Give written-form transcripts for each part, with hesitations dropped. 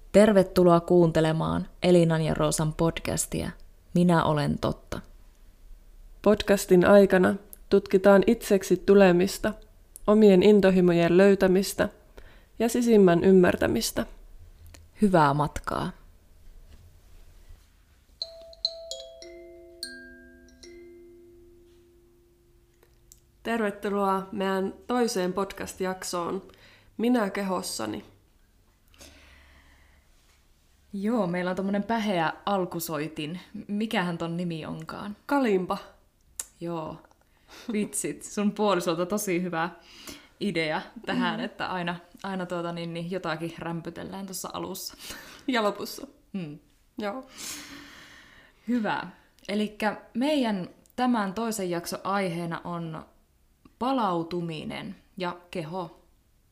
Tervetuloa kuuntelemaan Elinan ja Roosan podcastia. Minä olen totta. Podcastin aikana tutkitaan itseksi tulemista, omien intohimojen löytämistä ja sisimmän ymmärtämistä. Hyvää matkaa. Tervetuloa meidän toiseen podcast-jaksoon Minä kehossani. Joo, meillä on tommonen päheä alkusoitin. Mikähän ton nimi onkaan? Kalimba. Joo, vitsit. Sun puolisolta tosi hyvä idea tähän, että aina jotakin rämpytellään tuossa alussa. Ja lopussa. Mm. Joo. Hyvä. Elikkä meidän tämän toisen jakson aiheena on palautuminen ja keho.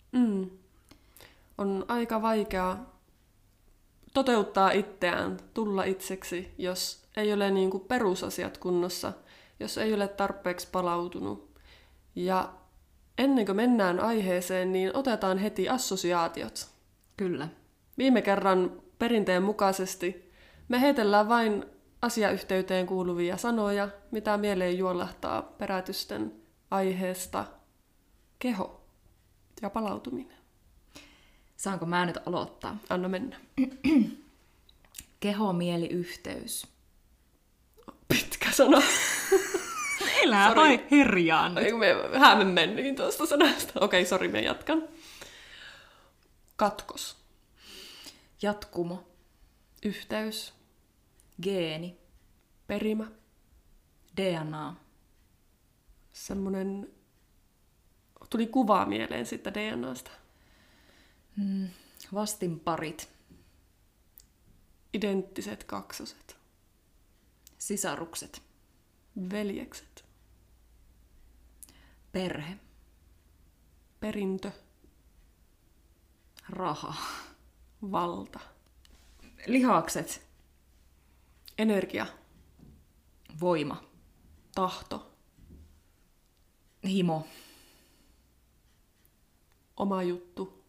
On aika vaikea toteuttaa itseään, tulla itseksi, jos ei ole niin kuin perusasiat kunnossa, jos ei ole tarpeeksi palautunut. Ja ennen kuin mennään aiheeseen, niin otetaan heti assosiaatiot. Kyllä. Viime kerran perinteen mukaisesti me heitellään vain asiayhteyteen kuuluvia sanoja, mitä mieleen juolahtaa perätysten aiheesta keho ja palautuminen. Saanko mä nyt aloittaa? Anna mennä. Keho-mieli-yhteys. Pitkä sana. Elää vai herjaan nyt. Me vähän mennyin tuosta sanasta. Okei, sori, me jatkan. Katkos. Jatkumo. Yhteys. Geeni. Perimä. DNA. Semmonen. Tuli kuvaa mieleen siitä DNAsta. Vastinparit. Identtiset kaksoset. Sisarukset. Veljekset. Perhe. Perintö. Raha. Valta. Lihakset. Energia. Voima. Tahto. Himo. Oma juttu.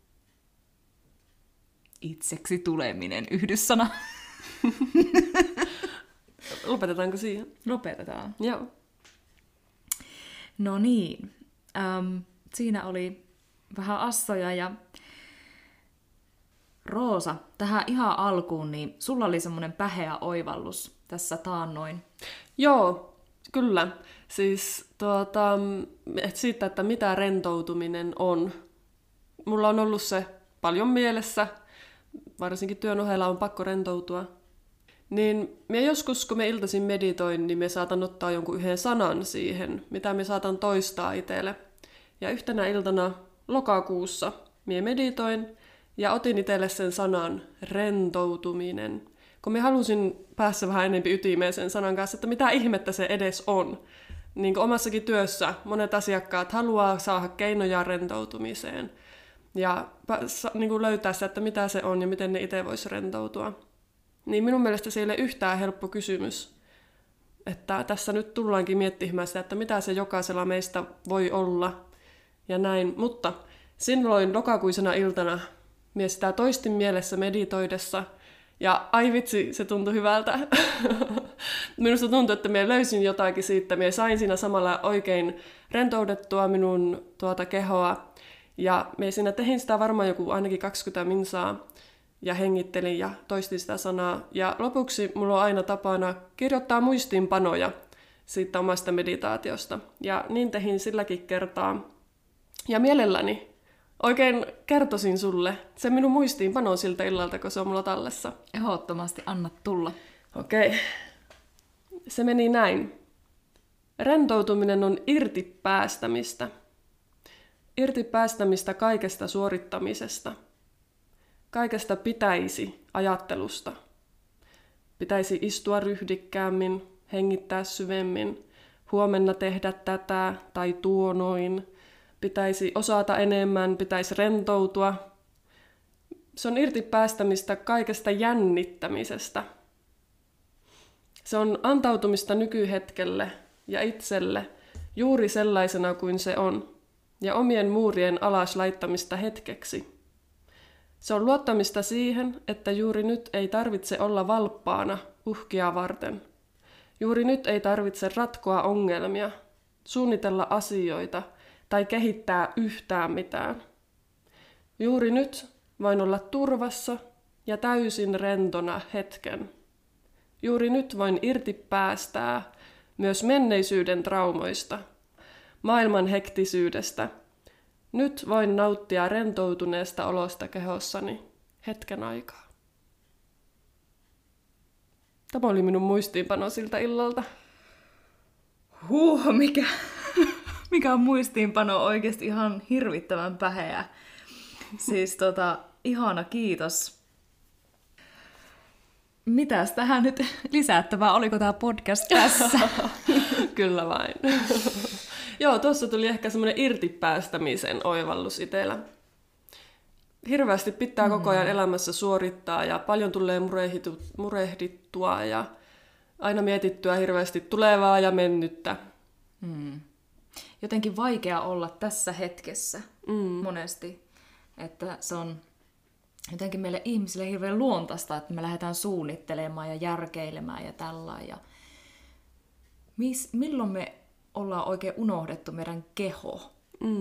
Itseksi tuleminen. Yhdyssana. Lopetetaanko siihen? Lopetetaan. Joo. No niin. Siinä oli vähän assoja ja Roosa, tähän ihan alkuun, niin sulla oli semmoinen päheä oivallus tässä taannoin. Joo, kyllä. Siis siitä, että mitä rentoutuminen on. Mulla on ollut se paljon mielessä, varsinkin työn ohella on pakko rentoutua. Niin me joskus, kun me iltaisin meditoin, niin me saatan ottaa jonkun yhden sanan siihen, mitä me saatan toistaa itselle. Ja yhtenä iltana lokakuussa me meditoin ja otin itselle sen sanan rentoutuminen. Kun me halusin päässä vähän enemmän ytimeen sen sanan kanssa, että mitä ihmettä se edes on. Niin kuin omassakin työssä monet asiakkaat haluaa saada keinoja rentoutumiseen. Ja niin kuin löytää se, että mitä se on ja miten ne itse voisi rentoutua. Niin minun mielestä se ei ole yhtään helppo kysymys. Että tässä nyt tullaankin miettimään sitä, että mitä se jokaisella meistä voi olla ja näin. Mutta silloin lokakuisena iltana minä sitä toistin mielessä meditoidessa. Ja ai vitsi, se tuntui hyvältä. Minusta tuntui, että minä löysin jotakin siitä. Minä sain siinä samalla oikein rentoudettua minun kehoa. Ja minä siinä tehin sitä varmaan joku ainakin 20 minsaa. Ja hengittelin ja toistin sitä sanaa. Ja lopuksi mulla on aina tapana kirjoittaa muistiinpanoja siitä omasta meditaatiosta. Ja niin tehin silläkin kertaa. Ja mielelläni oikein kertoisin sulle se minun muistiinpano siltä illalta, kun se on mulla tallessa. Ehdottomasti anna tulla. Okei. Se meni näin. Rentoutuminen on irti päästämistä. Irti päästämistä kaikesta suorittamisesta. Kaikesta pitäisi ajattelusta. Pitäisi istua ryhdikkäämmin, hengittää syvemmin, huomenna tehdä tätä tai tuo noin. Pitäisi osata enemmän, pitäisi rentoutua. Se on irti päästämistä kaikesta jännittämisestä. Se on antautumista nykyhetkelle ja itselle juuri sellaisena kuin se on, ja omien muurien alas laittamista hetkeksi. Se on luottamista siihen, että juuri nyt ei tarvitse olla valppaana uhkia varten. Juuri nyt ei tarvitse ratkoa ongelmia, suunnitella asioita tai kehittää yhtään mitään. Juuri nyt voin olla turvassa ja täysin rentona hetken. Juuri nyt voin irti päästää myös menneisyyden traumoista, maailman hektisyydestä. Nyt voin nauttia rentoutuneesta olosta kehossani hetken aikaa. Tämä oli minun muistiinpano siltä illalta. Mikä on muistiinpano oikeasti ihan hirvittävän päheä. Siis ihana, kiitos. Mitäs tähän nyt lisättävää? Oliko tämä podcast tässä? Kyllä vain. Joo, tuossa tuli ehkä semmoinen irtipäästämisen oivallus itsellä. Hirveästi pitää koko ajan elämässä suorittaa ja paljon tulee murehdittua ja aina mietittyä hirveästi tulevaa ja mennyttä. Jotenkin vaikea olla tässä hetkessä monesti. Että se on jotenkin meille ihmisille hirveän luontaista, että me lähdetään suunnittelemaan ja järkeilemään ja tällainen. Ja milloin me ollaan oikein unohdettu meidän keho?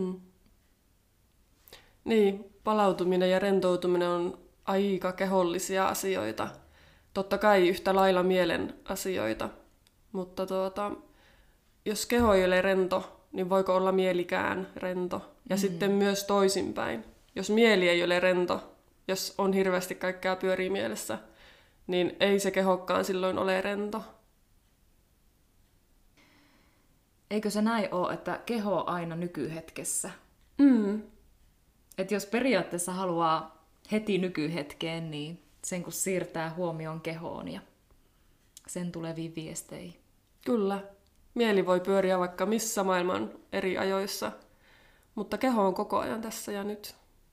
Niin, palautuminen ja rentoutuminen on aika kehollisia asioita. Totta kai yhtä lailla mielen asioita. Mutta jos keho ei ole rento, niin voiko olla mielikään rento? Ja sitten myös toisinpäin. Jos mieli ei ole rento, jos on hirveästi kaikkea pyörii mielessä, niin ei se kehokkaan silloin ole rento. Eikö se näin ole, että keho on aina nykyhetkessä? Että jos periaatteessa haluaa heti nykyhetkeen, niin sen kun siirtää huomioon kehoon ja sen tuleviin viesteihin. Kyllä. Mieli voi pyöriä vaikka missä maailman eri ajoissa, mutta keho on koko ajan tässä ja nyt.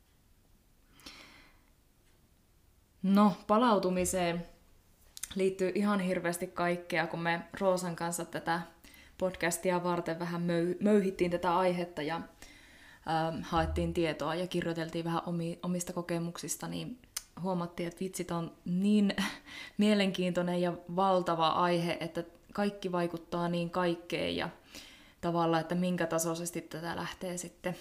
No, palautumiseen liittyy ihan hirveästi kaikkea, kun me Roosan kanssa tätä podcastia varten vähän möyhittiin tätä aihetta ja haettiin tietoa ja kirjoiteltiin vähän omista kokemuksista, niin huomattiin, että vitsit on niin mielenkiintoinen ja valtava aihe, että kaikki vaikuttaa niin kaikkeen ja tavallaan, että minkä tasoisesti tätä lähtee sitten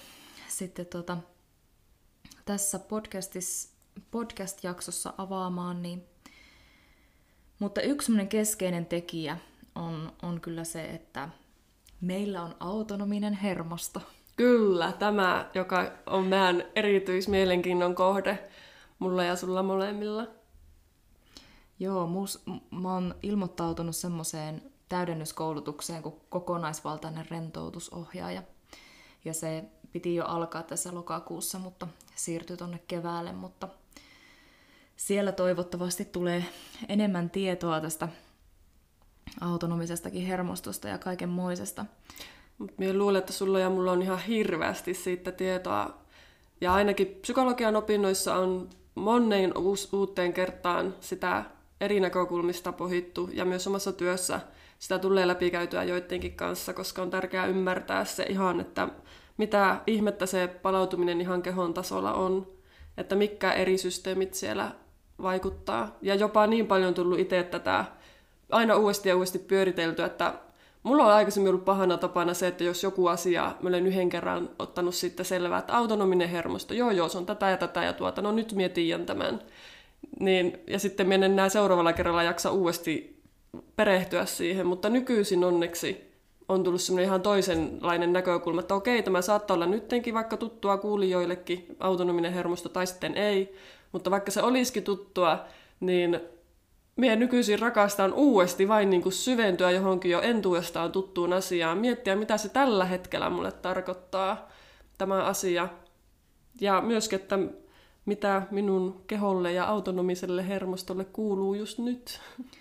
tässä podcast-jaksossa avaamaan. Niin. Mutta yksi keskeinen tekijä on kyllä se, että meillä on autonominen hermosto. Kyllä, tämä, joka on meidän erityismielenkiinnon kohde, mulla ja sulla molemmilla. Joo, mä oon ilmoittautunut semmoiseen täydennyskoulutukseen kuin kokonaisvaltainen rentoutusohjaaja. Ja se piti jo alkaa tässä lokakuussa, mutta siirtyi tonne keväälle. Mutta siellä toivottavasti tulee enemmän tietoa tästä autonomisestakin hermostosta ja kaikenmoisesta. Minä luulen, että sulla ja mulla on ihan hirveästi siitä tietoa. Ja ainakin psykologian opinnoissa on moneen uuteen kertaan sitä eri näkökulmista pohittu. Ja myös omassa työssä sitä tulee läpikäytyä joidenkin kanssa, koska on tärkeää ymmärtää se ihan, että mitä ihmettä se palautuminen ihan kehon tasolla on. Että mitkä eri systeemit siellä vaikuttaa. Ja jopa niin paljon tullut itse tätä aina uudesti ja uudesti pyöritelty, että mulla on aikaisemmin ollut pahana tapana se, että jos joku asia, mä olen yhden kerran ottanut sitten selvää, että autonominen hermosto, joo, se on tätä ja tätä ja no nyt mä tiedän tämän. Niin, ja sitten mä en enää seuraavalla kerralla jaksa uudesti perehtyä siihen, mutta nykyisin onneksi on tullut semmoinen ihan toisenlainen näkökulma, että okei, tämä saattaa olla nyttenkin vaikka tuttua kuulijoillekin, autonominen hermosto, tai sitten ei, mutta vaikka se olisikin tuttua, niin minä nykyisin rakastan uudesti vain niin kuin syventyä johonkin jo entuudestaan tuttuun asiaan, miettiä mitä se tällä hetkellä mulle tarkoittaa, tämä asia. Ja myöskin, että mitä minun keholle ja autonomiselle hermostolle kuuluu just nyt.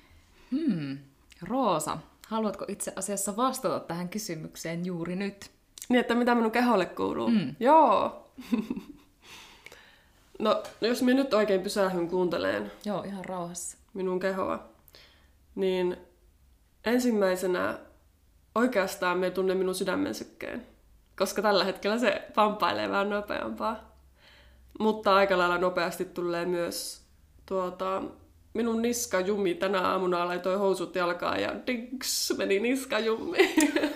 Roosa, haluatko itse asiassa vastata tähän kysymykseen juuri nyt? Niin, että mitä minun keholle kuuluu? Joo. No, jos minä nyt oikein pysähdyn kuunteleen. Joo, ihan rauhassa. Minun kehoa, niin ensimmäisenä oikeastaan me tunnen minun sydämen sykkeen, koska tällä hetkellä se pamppailee vähän nopeampaa. Mutta aika lailla nopeasti tulee myös minun niskajummi. Tänä aamuna laitoin housut jalkaan ja dinks, meni niskajummi.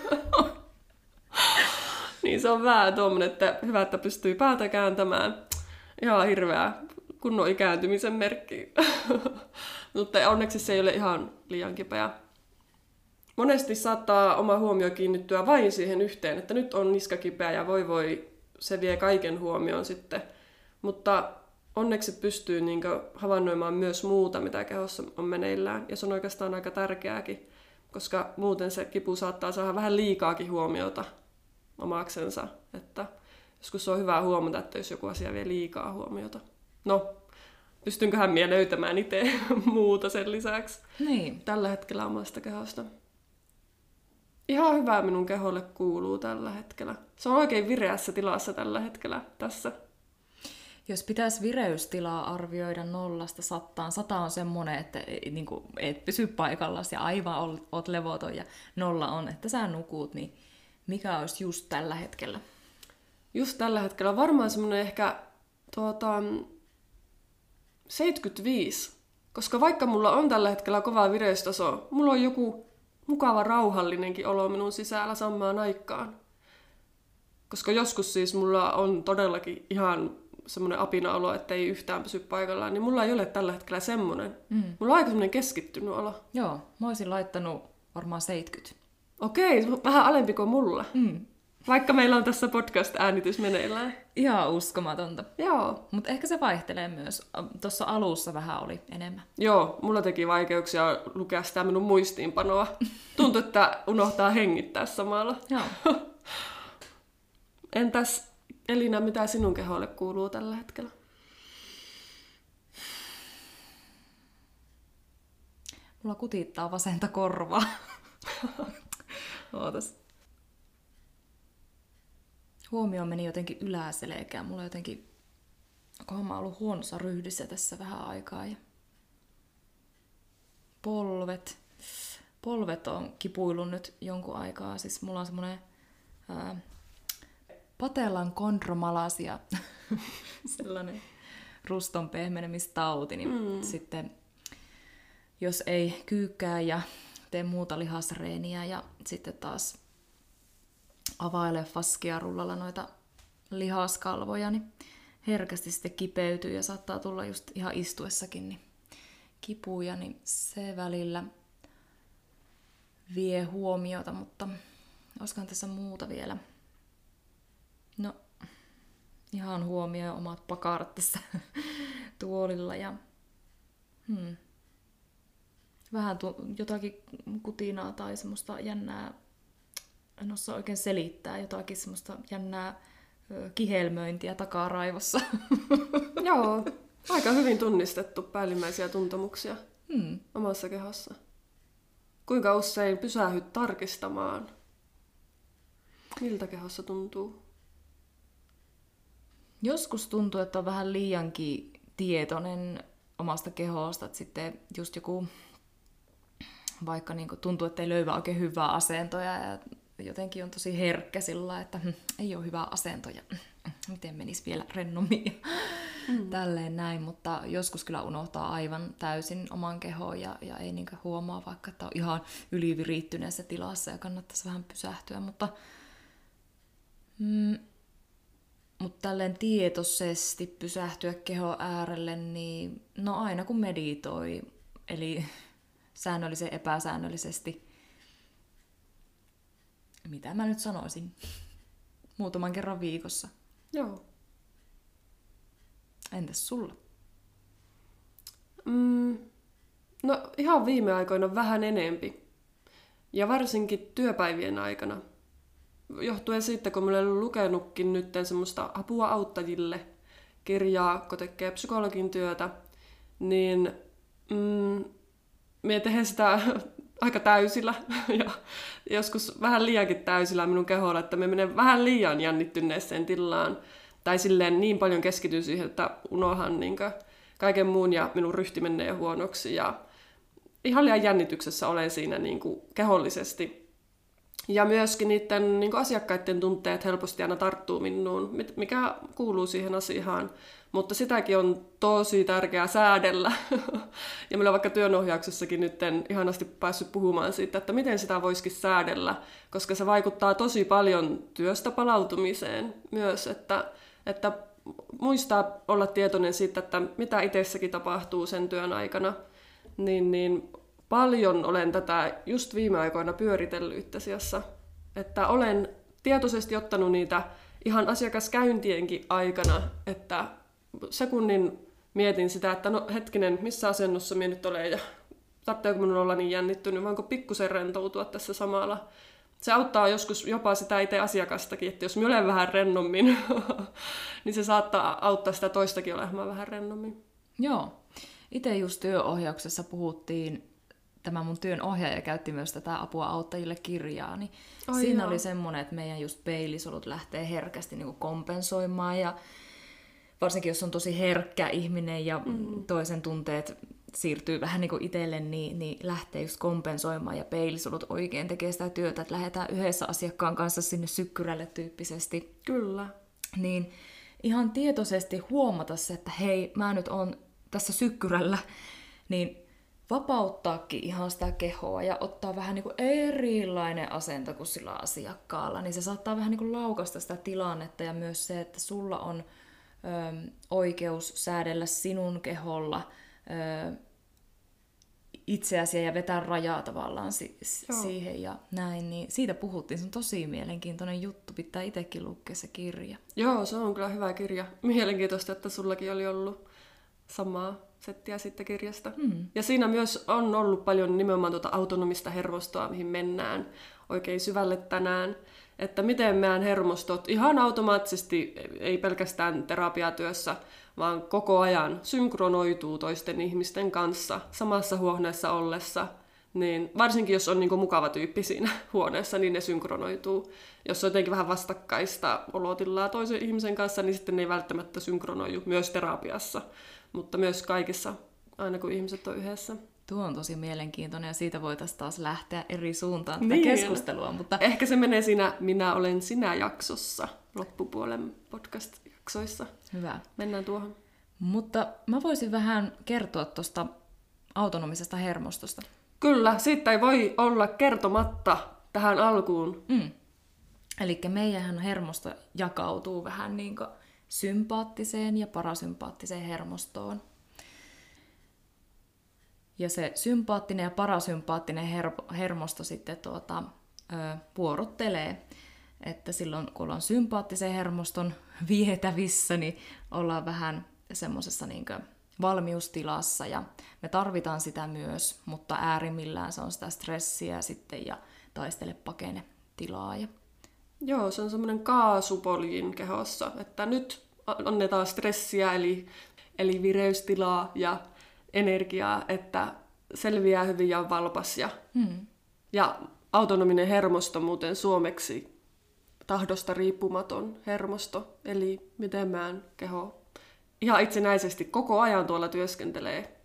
Niin se on vähän tuommoinen, että hyvä, että pystyy päätä kääntämään. Ihan hirveä kunnon ikääntymisen merkki. Mutta onneksi se ei ole ihan liian kipeä. Monesti saattaa oma huomio kiinnittyä vain siihen yhteen, että nyt on niska kipeä ja voi, se vie kaiken huomioon sitten. Mutta onneksi pystyy havainnoimaan myös muuta, mitä kehossa on meneillään. Ja se on oikeastaan aika tärkeääkin, koska muuten se kipu saattaa saada vähän liikaakin huomiota omaksensa. Että joskus on hyvä huomata, että jos joku asia vie liikaa huomiota. No, pystynköhän minä löytämään itse muuta sen lisäksi Niin. tällä hetkellä omasta kehosta. Ihan hyvää minun keholle kuuluu tällä hetkellä. Se on oikein vireässä tilassa tällä hetkellä tässä. Jos pitäisi vireystilaa arvioida 0–100, 100 on semmoinen, että niin kuin, et pysy paikallasi ja aivan oot levoton ja 0 on, että sä nukut, niin mikä olisi just tällä hetkellä? Just tällä hetkellä varmaan semmoinen ehkä 75, koska vaikka mulla on tällä hetkellä kova vireystaso, mulla on joku mukava rauhallinenkin olo minun sisällä samaan aikaan. Koska joskus siis mulla on todellakin ihan semmoinen apina-olo, että ei yhtään pysy paikallaan, niin mulla ei ole tällä hetkellä semmoinen. Mulla on aika semmoinen keskittynyt olo. Joo, mä olisin laittanut varmaan 70. Okei, vähän alempi kuin mulla. Vaikka meillä on tässä podcast-äänitys meneillään. Ihan uskomatonta. Joo. Mutta ehkä se vaihtelee myös. Tuossa alussa vähän oli enemmän. Joo, mulla teki vaikeuksia lukea sitä minun muistiinpanoa. Tuntui, että unohtaa hengittää samalla. Joo. Entäs Elina, mitä sinun keholle kuuluu tällä hetkellä? Mulla kutittaa vasenta korvaa. Ootas. Huomio meni jotenkin yläselkään. Mulla jotenkin, onkohan mä ollut huonossa ryhdissä tässä vähän aikaa. Ja polvet on kipuillut nyt jonkun aikaa. Siis mulla on semmonen patellan kondromalasia, sellainen ruston pehmenemistauti, niin sitten jos ei kyykkää ja tee muuta lihasreeniä ja sitten taas availe faskiarullalla noita lihaskalvoja, niin herkästi sitten kipeytyy ja saattaa tulla just ihan istuessakin niin kipuja, niin se välillä vie huomiota, mutta olisikohan tässä muuta vielä. No, ihan huomioi omat pakarat tässä tuolilla ja vähän jotakin kutinaa tai semmoista jännää, en osaa oikein selittää, jotakin semmoista jännää kihelmöintiä takaraivossa. Joo, aika hyvin tunnistettu päällimmäisiä tuntemuksia omassa kehossa. Kuinka usein pysähdyt tarkistamaan, miltä kehossa tuntuu? Joskus tuntuu, että on vähän liiankin tietoinen omasta kehosta, että sitten just joku, vaikka niin tuntuu, että ei löyvä oikein hyvää asentoja ja jotenkin on tosi herkkä sillä, että ei ole hyvää asentoja, miten menisi vielä rennommin ja tälleen näin, mutta joskus kyllä unohtaa aivan täysin oman kehoon ja ei niinkään huomaa vaikka, että on ihan yliviriittyneessä tilassa ja kannattaisi vähän pysähtyä, mutta tälleen tietoisesti pysähtyä kehon äärelle, niin no aina kun meditoi, eli säännöllisen epäsäännöllisesti, mitä mä nyt sanoisin, muutaman kerran viikossa. Joo. Entäs sulla? No ihan viime aikoina vähän enempi. Ja varsinkin työpäivien aikana. Johtuen siitä, kun mä olen lukenutkin nyt semmoista apua auttajille kirjaa, kun tekee psykologin työtä, niin me tehdään sitä aika täysillä ja joskus vähän liiankin täysillä minun keholla, että me menen vähän liian jännittyneeseen tilaan. Tai silleen niin paljon keskityn siihen, että unohan kaiken muun ja minun ryhti menee huonoksi. Ja ihan liian jännityksessä olen siinä kehollisesti. Ja myöskin niiden niin asiakkaiden tunteet helposti aina tarttuu minuun, mikä kuuluu siihen asiaan. Mutta sitäkin on tosi tärkeää säädellä. Ja meillä on vaikka työnohjauksessakin nyt ihanasti päässyt puhumaan siitä, että miten sitä voisikin säädellä, koska se vaikuttaa tosi paljon työstä palautumiseen myös, että muistaa olla tietoinen siitä, että mitä itsessäkin tapahtuu sen työn aikana. Niin paljon olen tätä just viime aikoina pyöritellyt itse asiassa, että olen tietoisesti ottanut niitä ihan asiakaskäyntienkin aikana, että sekunnin mietin sitä, että no hetkinen, missä asennossa minä nyt olen ja tarvitseeko minun olla niin jännittynyt, voinko pikkusen rentoutua tässä samalla. Se auttaa joskus jopa sitä itse asiakastakin, että jos minä olen vähän rennommin, niin se saattaa auttaa sitä toistakin olemaan vähän rennommin. Joo. Itse just työohjauksessa puhuttiin, tämä mun työn ohjaaja käytti myös tätä apua auttajille -kirjaa, niin siinä oli semmoinen, että meidän just peilisolut lähtee herkästi niin kuin kompensoimaan, ja varsinkin jos on tosi herkkä ihminen ja toisen tunteet siirtyy vähän niin kuin itselle, niin lähtee just kompensoimaan, ja peilisolut oikein tekee sitä työtä, että lähdetään yhdessä asiakkaan kanssa sinne sykkyrälle tyyppisesti. Kyllä. Niin ihan tietoisesti huomata se, että hei, mä nyt oon tässä sykkyrällä, niin vapauttaakin ihan sitä kehoa ja ottaa vähän niin kuin erilainen asento kuin sillä asiakkaalla, niin se saattaa vähän niin kuin laukaista sitä tilannetta, ja myös se, että sulla on oikeus säädellä sinun keholla itseäsi ja vetää rajaa tavallaan siihen ja näin, niin siitä puhuttiin. Se on tosi mielenkiintoinen juttu, pitää itsekin lukea se kirja. Joo, se on kyllä hyvä kirja. Mielenkiintoista, että sullakin oli ollut samaa settiä sitten kirjasta. Ja siinä myös on ollut paljon nimenomaan autonomista hermostoa, mihin mennään oikein syvälle tänään. Että miten meidän hermostot ihan automaattisesti, ei pelkästään terapiatyössä, vaan koko ajan synkronoituu toisten ihmisten kanssa samassa huoneessa ollessa. Niin varsinkin jos on niin mukava tyyppi siinä huoneessa, niin ne synkronoituu. Jos on jotenkin vähän vastakkaista olotilaa toisen ihmisen kanssa, niin sitten ne ei välttämättä synkronoidu myös terapiassa, mutta myös kaikissa, aina kun ihmiset on yhdessä. Tuo on tosi mielenkiintoinen, ja siitä voitaisiin taas lähteä eri suuntaan tätä keskustelua. Mutta ehkä se menee siinä Minä olen sinä -jaksossa, loppupuolen podcast-jaksoissa. Hyvä. Mennään tuohon. Mutta mä voisin vähän kertoa tuosta autonomisesta hermostosta. Kyllä, siitä ei voi olla kertomatta tähän alkuun. Eli meidän hermosto jakautuu vähän niin kuin sympaattiseen ja parasympaattiseen hermostoon. Ja se sympaattinen ja parasympaattinen hermosto sitten vuorottelee, että silloin kun ollaan sympaattisen hermoston vietävissä, niin ollaan vähän semmoisessa niin kuin valmiustilassa, ja me tarvitaan sitä myös, mutta äärimmillään se on sitä stressiä sitten ja taistele-pakene tilaa. Joo, se on semmoinen kaasupoljin kehossa, että nyt annetaan stressiä eli vireystilaa ja energiaa, että selviää hyvin ja on valpas. Ja autonominen hermosto muuten suomeksi tahdosta riippumaton hermosto, eli miten meidän keho ihan itsenäisesti koko ajan tuolla työskentelee.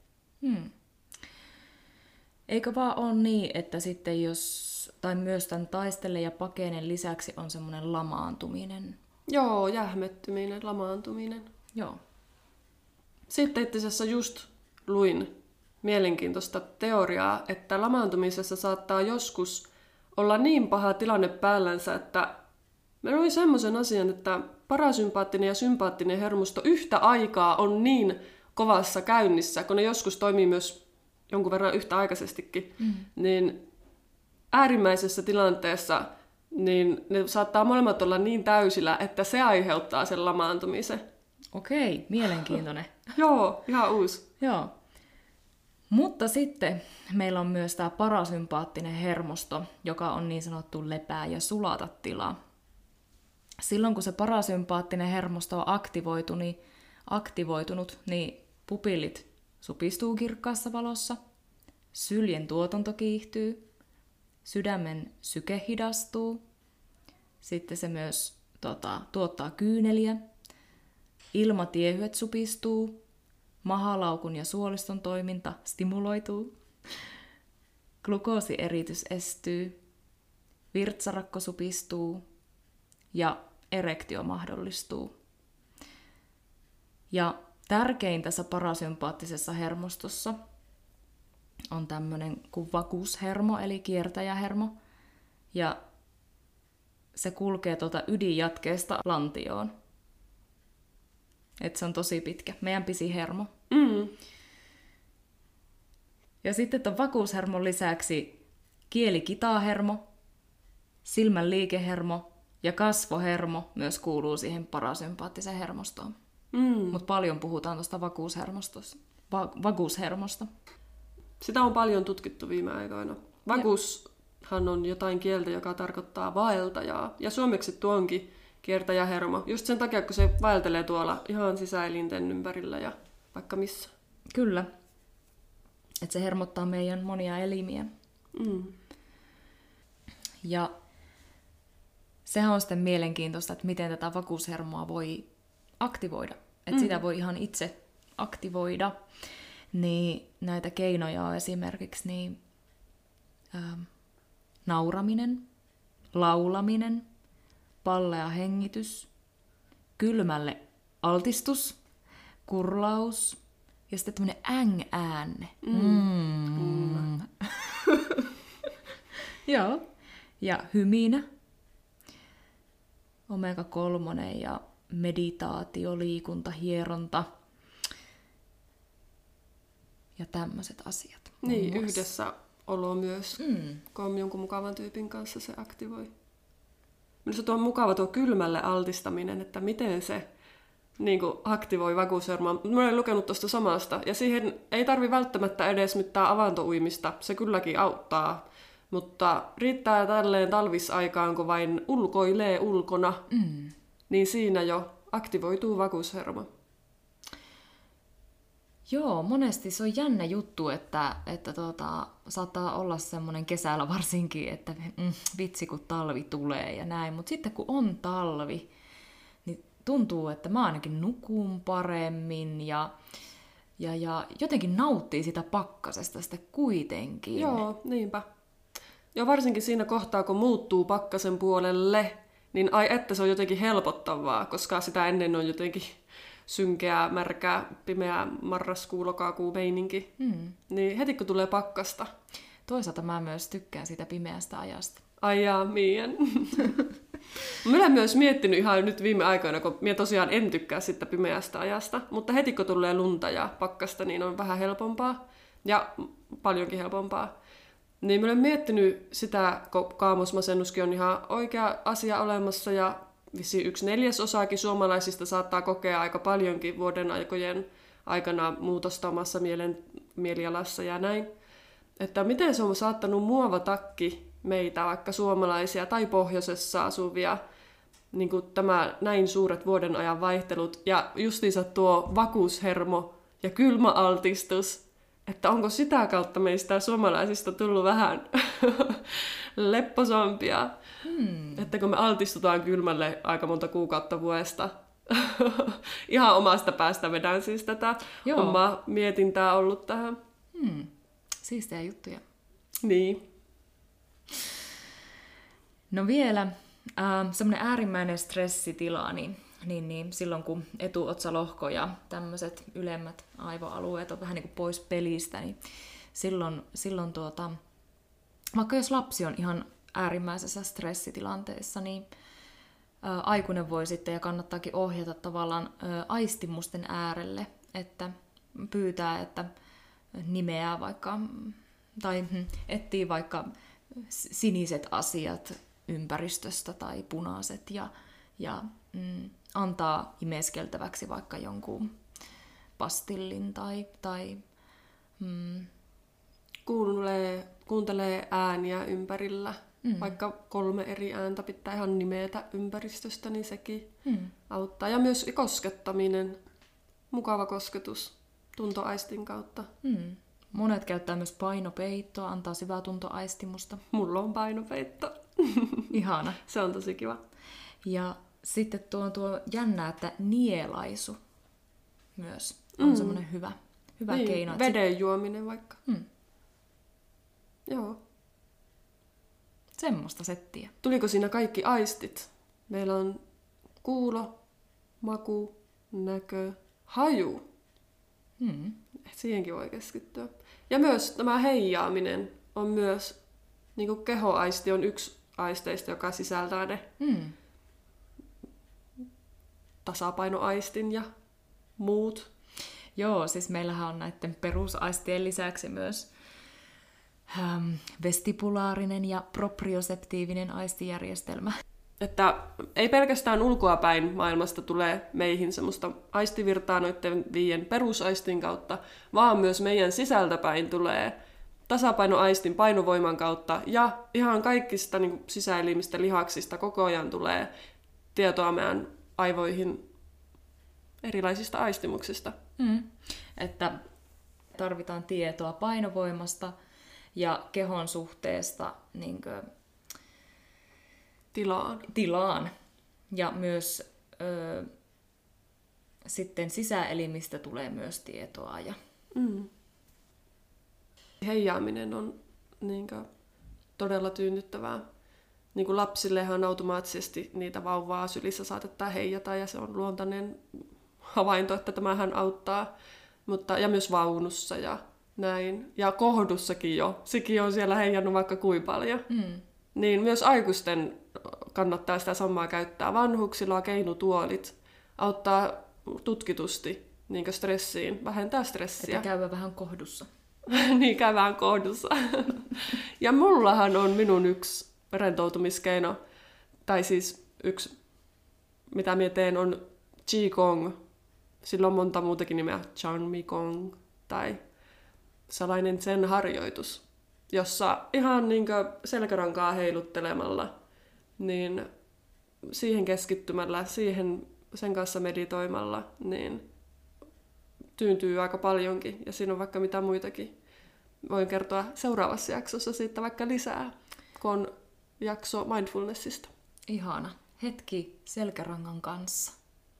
Eikö vaan ole niin, että sitten tai myös tämän taistele- ja pakenen lisäksi on semmoinen lamaantuminen? Joo, jähmettyminen, lamaantuminen. Joo. Sitten itse asiassa just luin mielenkiintoista teoriaa, että lamaantumisessa saattaa joskus olla niin paha tilanne päällänsä, että me luin semmoisen asian, että parasympaattinen ja sympaattinen hermosto yhtä aikaa on niin kovassa käynnissä, kun ne joskus toimii myös jonkun verran yhtäaikaisestikin, niin äärimmäisessä tilanteessa niin ne saattaa molemmat olla niin täysillä, että se aiheuttaa sen lamaantumisen. Okei, mielenkiintoinen. Joo, ihan uusi. Joo. Mutta sitten meillä on myös tämä parasympaattinen hermosto, joka on niin sanottu lepää ja sulata tila. Silloin kun se parasympaattinen hermosto on aktivoitunut, niin pupillit supistuu kirkkaassa valossa, syljen tuotanto kiihtyy, sydämen syke hidastuu, sitten se myös tuottaa kyyneliä, ilmatiehyet supistuu, mahalaukun ja suoliston toiminta stimuloituu, glukoosieritys estyy, virtsarakko supistuu ja erektio mahdollistuu. Ja tärkein tässä parasympaattisessa hermostossa on tämmöinen kuin vakushermo, eli kiertäjähermo. Ja se kulkee tuota ydinjatkeesta lantioon. Et se on tosi pitkä. Meidän pisin hermo. Ja sitten tuon vakuushermon lisäksi kielikitahermo, silmän liikehermo ja kasvohermo myös kuuluu siihen parasympaattiseen hermostoon. Mutta paljon puhutaan tuosta vakuushermosta. Sitä on paljon tutkittu viime aikoina. Vakuushan on jotain kieltä, joka tarkoittaa vaeltajaa. Ja suomeksi tuo onkin kiertäjähermo. Just sen takia, kun se vaeltelee tuolla ihan sisäelinten ympärillä ja vaikka missä. Kyllä. Että se hermottaa meidän monia elimiä. Ja sehän on sitten mielenkiintoista, että miten tätä vakuushermoa voi aktivoida. Että sitä voi ihan itse aktivoida. Niin näitä keinoja on esimerkiksi nauraminen, laulaminen, pallea hengitys, kylmälle altistus, kurlaus ja sitten tämmöinen äng-äänne. Joo. Ja hyminä, omega-3 ja meditaatio, liikunta, hieronta ja tämmöiset asiat. Niin, yhdessä olo myös, kun on jonkun mukavan tyypin kanssa se aktivoi. Minusta tuo on mukava tuo kylmälle altistaminen, että miten se niin kuin aktivoi vakuushermoa. Mä olen lukenut tuosta samasta, ja siihen ei tarvi välttämättä edes mitään avantouimista, se kylläkin auttaa. Mutta riittää tälleen talvisaikaan, kun vain ulkoilee ulkona, niin siinä jo aktivoituu vakuushermo. Joo, monesti se on jännä juttu, että saattaa olla semmoinen kesällä varsinkin, että vitsi kun talvi tulee ja näin. Mutta sitten kun on talvi, niin tuntuu, että mä ainakin nukun paremmin ja jotenkin nauttii sitä pakkasesta sitten kuitenkin. Joo, niinpä. Ja varsinkin siinä kohtaa, kun muuttuu pakkasen puolelle, niin ai että se on jotenkin helpottavaa, koska sitä ennen on jotenkin synkeä, märkä, pimeä marraskuu-lokakuu meininki. Niin heti kun tulee pakkasta. Toisaalta mä myös tykkään siitä pimeästä ajasta. Ai jaa, mien. Mä olen myös miettinyt ihan nyt viime aikoina, kun minä tosiaan en tykkää sitä pimeästä ajasta, mutta heti kun tulee lunta ja pakkasta, niin on vähän helpompaa ja paljonkin helpompaa. Niin mä olen miettinyt sitä, kun kaamosmasennuskin on ihan oikea asia olemassa ja vissiin 1/4 suomalaisista saattaa kokea aika paljonkin vuoden aikojen aikana muutosta omassa mielialassa ja näin. Että miten se on saattanut muovatakin meitä, vaikka suomalaisia tai pohjoisessa asuvia, niin kuin tämä näin suuret vuoden ajan vaihtelut ja justiinsa tuo vakuushermo ja kylmäaltistus, että onko sitä kautta meistä suomalaisista tullut vähän lepposampia, että kun me altistutaan kylmälle aika monta kuukautta vuodesta. Ihan omasta päästä vedän siis tätä omaa mietintää ollut tähän. Siistejä juttuja. Niin. No vielä semmoinen äärimmäinen stressitila, niin silloin kun etuotsalohko ja tämmöiset ylemmät aivoalueet on vähän niin kuin pois pelistä, niin silloin vaikka jos lapsi on ihan äärimmäisessä stressitilanteessa, niin aikuinen voi sitten ja kannattaakin ohjata tavallaan aistimusten äärelle, että pyytää, että nimeää vaikka, tai etsii vaikka siniset asiat ympäristöstä tai punaiset ja antaa imeskeltäväksi vaikka jonkun pastillin tai kuuntelee ääniä ympärillä. Vaikka 3 eri ääntä pitää ihan nimetä ympäristöstä, niin sekin auttaa. Ja myös koskettaminen, mukava kosketus tuntoaistin kautta. Monet käyttää myös painopeittoa, antaa syvää tuntoaistimusta. Mulla on painopeitto. Ihana. Se on tosi kiva. Ja sitten tuo jännä, että nielaisu myös on semmoinen hyvä niin, keino. Veden juominen vaikka. Joo. Semmoista settiä. Tuliko siinä kaikki aistit? Meillä on kuulo, maku, näkö, haju. Siihenkin voi keskittyä. Ja myös tämä heijaaminen on myös, niin kuin kehoaisti on yksi aisteista, joka sisältää ne tasapainoaistin ja muut. Joo, siis meillähän on näiden perusaistien lisäksi myös vestibulaarinen ja proprioseptiivinen aistijärjestelmä. Että ei pelkästään ulkoapäin maailmasta tule meihin semmoista aistivirtaa noiden 5 perusaistin kautta, vaan myös meidän sisältäpäin tulee tasapainoaistin painovoiman kautta ja ihan kaikista niin kuin sisäelimistä, lihaksista koko ajan tulee tietoa meidän aivoihin erilaisista aistimuksista. Että tarvitaan tietoa painovoimasta ja kehon suhteesta niin kuin tilaan. Ja myös sitten sisäelimistä tulee myös tietoa. Ja heijaaminen on todella tyynnyttävää. Niin kuin lapsillehan automaattisesti niitä vauvaa sylissä saatetaan heijata ja se on luontainen havainto, että tämähän auttaa. Ja myös vaunussa ja näin. Ja kohdussakin jo. Sekin on siellä heijannut vaikka kuinka paljon. Niin myös aikuisten kannattaa sitä samaa käyttää. Vanhuksilla on keinutuolit. Auttaa tutkitusti niin stressiin, vähentää stressiä. Että käydä vähän kohdussa. Niin, käy vähän kohdussa. Ja mullahan on minun yksi rentoutumiskeino, tai siis yksi, mitä minä teen, on Qigong. Sillä on monta muutakin nimeä, Chanmikong, tai salainen Zen-harjoitus, jossa ihan niin selkärankaa heiluttelemalla, niin siihen keskittymällä, sen kanssa meditoimalla, niin tyyntyy aika paljonkin. Ja siinä on vaikka mitä muitakin. Voin kertoa seuraavassa jaksossa siitä vaikka lisää, kun on jakso mindfulnessista. Ihana. Hetki selkärangan kanssa.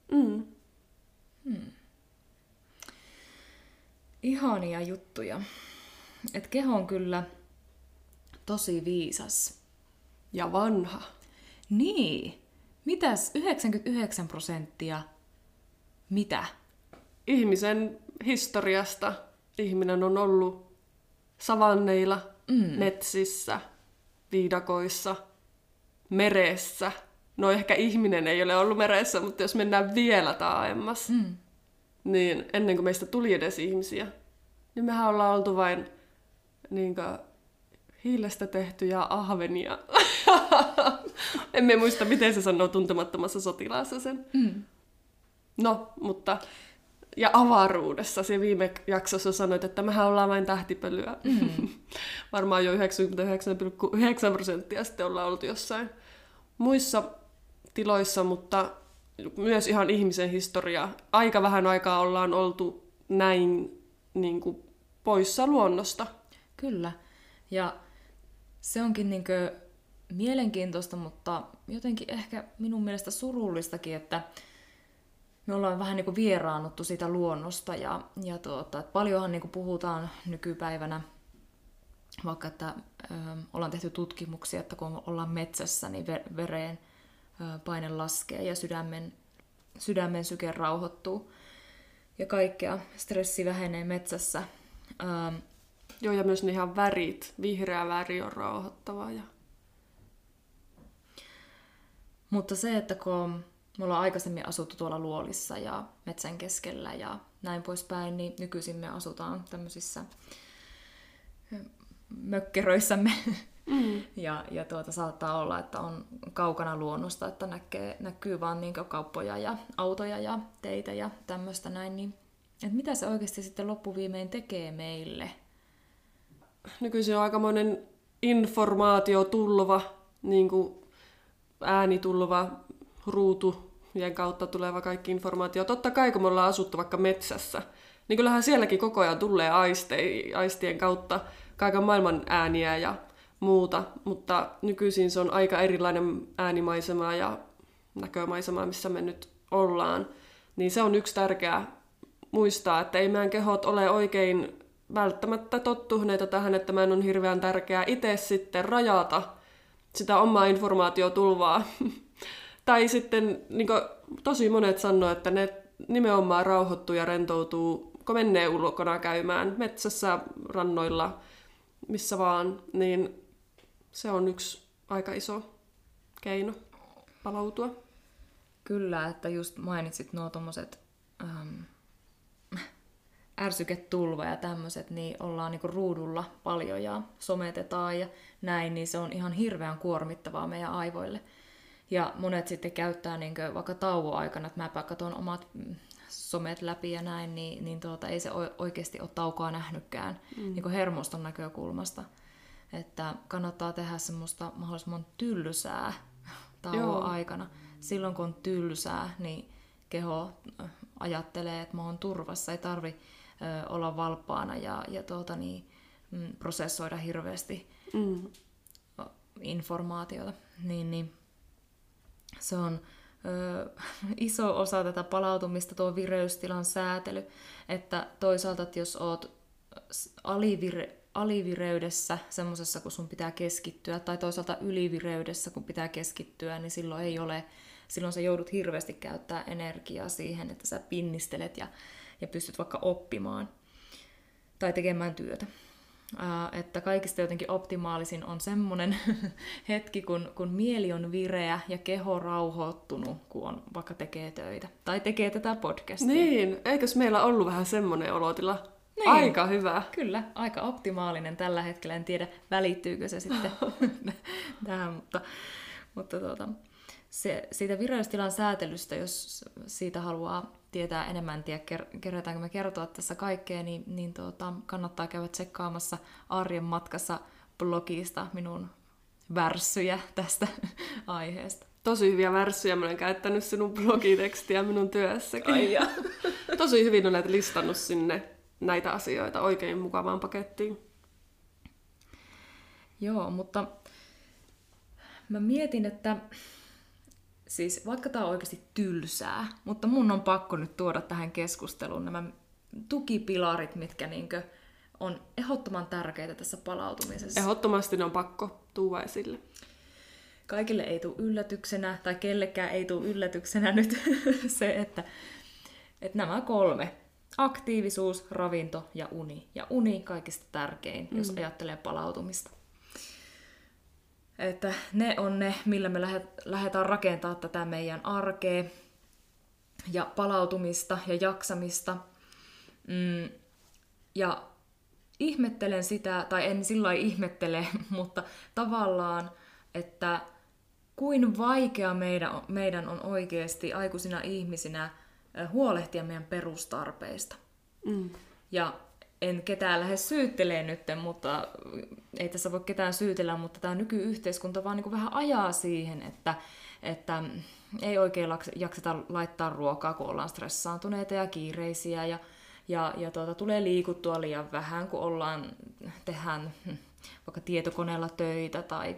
Ihania juttuja. Et keho on kyllä tosi viisas. Ja vanha. Niin. Mitäs 99%? Mitä? Ihmisen historiasta ihminen on ollut savanneilla, metsissä, viidakoissa, meressä. No ehkä ihminen ei ole ollut meressä, mutta jos mennään vielä taaemmas, niin ennen kuin meistä tuli edes ihmisiä, niin mehän ollaan oltu vain hiilestä tehtyjä ahvenia. Emme muista, miten se sanoo Tuntemattomassa sotilaassa sen. No, mutta... Ja avaruudessa, se viime jaksossa sanoit, että mehän ollaan vain tähtipölyä. Varmaan jo 99,9% sitten ollaan oltu jossain muissa tiloissa, mutta myös ihan ihmisen historia. Aika vähän aikaa ollaan oltu näin niin kuin poissa luonnosta. Kyllä. Ja se onkin mielenkiintoista, mutta jotenkin ehkä minun mielestä surullistakin, että me ollaan vähän vieraannuttu siitä luonnosta ja että paljonhan puhutaan nykypäivänä, vaikka että ollaan tehty tutkimuksia, että kun ollaan metsässä, niin veren paine laskee ja sydämen syke rauhoittuu ja kaikkea. Stressi vähenee metsässä. Joo, ja myös ne ihan värit. Vihreä väri on rauhoittava. Mutta se, että kun me ollaan aikaisemmin asuttu tuolla luolissa ja metsän keskellä ja näin poispäin, niin nykyisin me asutaan tämmöisissä mökkeröissämme. Ja saattaa olla, että on kaukana luonnosta, että näkyy vaan kauppoja ja autoja ja teitä ja tämmöistä näin. Niin, että mitä se oikeasti sitten loppuviimein tekee meille? Nykyisin on aikamoinen informaatiotulva, niin kuin äänitulva, ruutujen kautta tuleva kaikki informaatio. Totta kai, kun me ollaan asuttu vaikka metsässä, niin kyllähän sielläkin koko ajan tulee aistien kautta kaiken maailman ääniä ja muuta, mutta nykyisin se on aika erilainen äänimaisema ja näkömaisema, missä me nyt ollaan. Niin se on yksi tärkeä muistaa, että ei meidän kehot ole oikein välttämättä tottuneita tähän, että meidän on hirveän tärkeää itse sitten rajata sitä omaa informaatiotulvaa. Tai sitten niin tosi monet sanoo, että ne nimenomaan rauhoittuu ja rentoutuu, kun menee ulkona käymään metsässä, rannoilla, missä vaan, niin se on yksi aika iso keino palautua. Kyllä, että just mainitsit nuo tommoset ärsyketulva ja tämmöiset, niin ollaan niinku ruudulla paljon ja sometetaan ja näin, niin se on ihan hirveän kuormittavaa meidän aivoille. Ja monet sitten käyttää niinku vaikka tauon aikana, että mäpä katson omat somet läpi ja näin, niin ei se oikeasti ole taukoa nähnytkään niinku hermoston näkökulmasta. Että kannattaa tehdä semmoista mahdollisimman tylsää tauon aikana. Silloin kun on tylsää, niin keho ajattelee, että mä oon turvassa, ei tarvi olla valppaana ja prosessoida hirveästi informaatiota. Niin se on iso osa tätä palautumista, tuo vireystilan säätely, että toisaalta, että jos oot alivireydessä, semmoisessa, kun sun pitää keskittyä, tai toisaalta ylivireydessä, kun pitää keskittyä, niin silloin sä joudut hirveästi käyttää energiaa siihen, että sä pinnistelet ja pystyt vaikka oppimaan tai tekemään työtä. Että kaikista jotenkin optimaalisin on semmoinen hetki, kun mieli on vireä ja keho rauhoittunut, kun on vaikka tekee töitä tai tekee tätä podcastia. Niin, eikös meillä ollut vähän semmoinen olotila? Niin. Aika hyvä. Kyllä, aika optimaalinen tällä hetkellä. En tiedä, välittyykö se sitten tähän, mutta siitä vireystilan säätelystä, jos siitä haluaa tietää enemmän, kerätäänkö me kertoa tässä kaikkea, niin kannattaa käydä tsekkaamassa Arjen matkassa blogista minun värssyjä tästä aiheesta. Tosi hyviä värssyjä. Mä olen käyttänyt sinun blogitekstiä minun työssäkin. Tosi hyvin olet listannut sinne näitä asioita oikein mukavaan pakettiin. Joo, mutta mä mietin, että siis vaikka tää on oikeasti tylsää, mutta mun on pakko nyt tuoda tähän keskusteluun nämä tukipilarit, mitkä niinkö on ehdottoman tärkeitä tässä palautumisessa. Ehdottomasti ne on pakko tuoda esille. Kaikille ei tule yllätyksenä, tai kellekään ei tule yllätyksenä nyt se, että nämä 3, aktiivisuus, ravinto ja uni. Ja uni kaikista tärkein, jos ajattelee palautumista. Että ne on ne, millä me lähdetään rakentamaan tätä meidän arkea ja palautumista ja jaksamista. Ja ihmettelen sitä, tai en sillä lailla ihmettele, mutta tavallaan, että kuin vaikea meidän on oikeasti aikuisina ihmisinä huolehtia meidän perustarpeista. Ja en ketään lähde syyttelemään nyt, mutta ei tässä voi ketään syytellä, mutta tämä nykyyhteiskunta vaan niin kuin vähän ajaa siihen, että ei oikein jakseta laittaa ruokaa, kun ollaan stressaantuneita ja kiireisiä ja tulee liikuttua liian vähän, kun tehdään vaikka tietokoneella töitä tai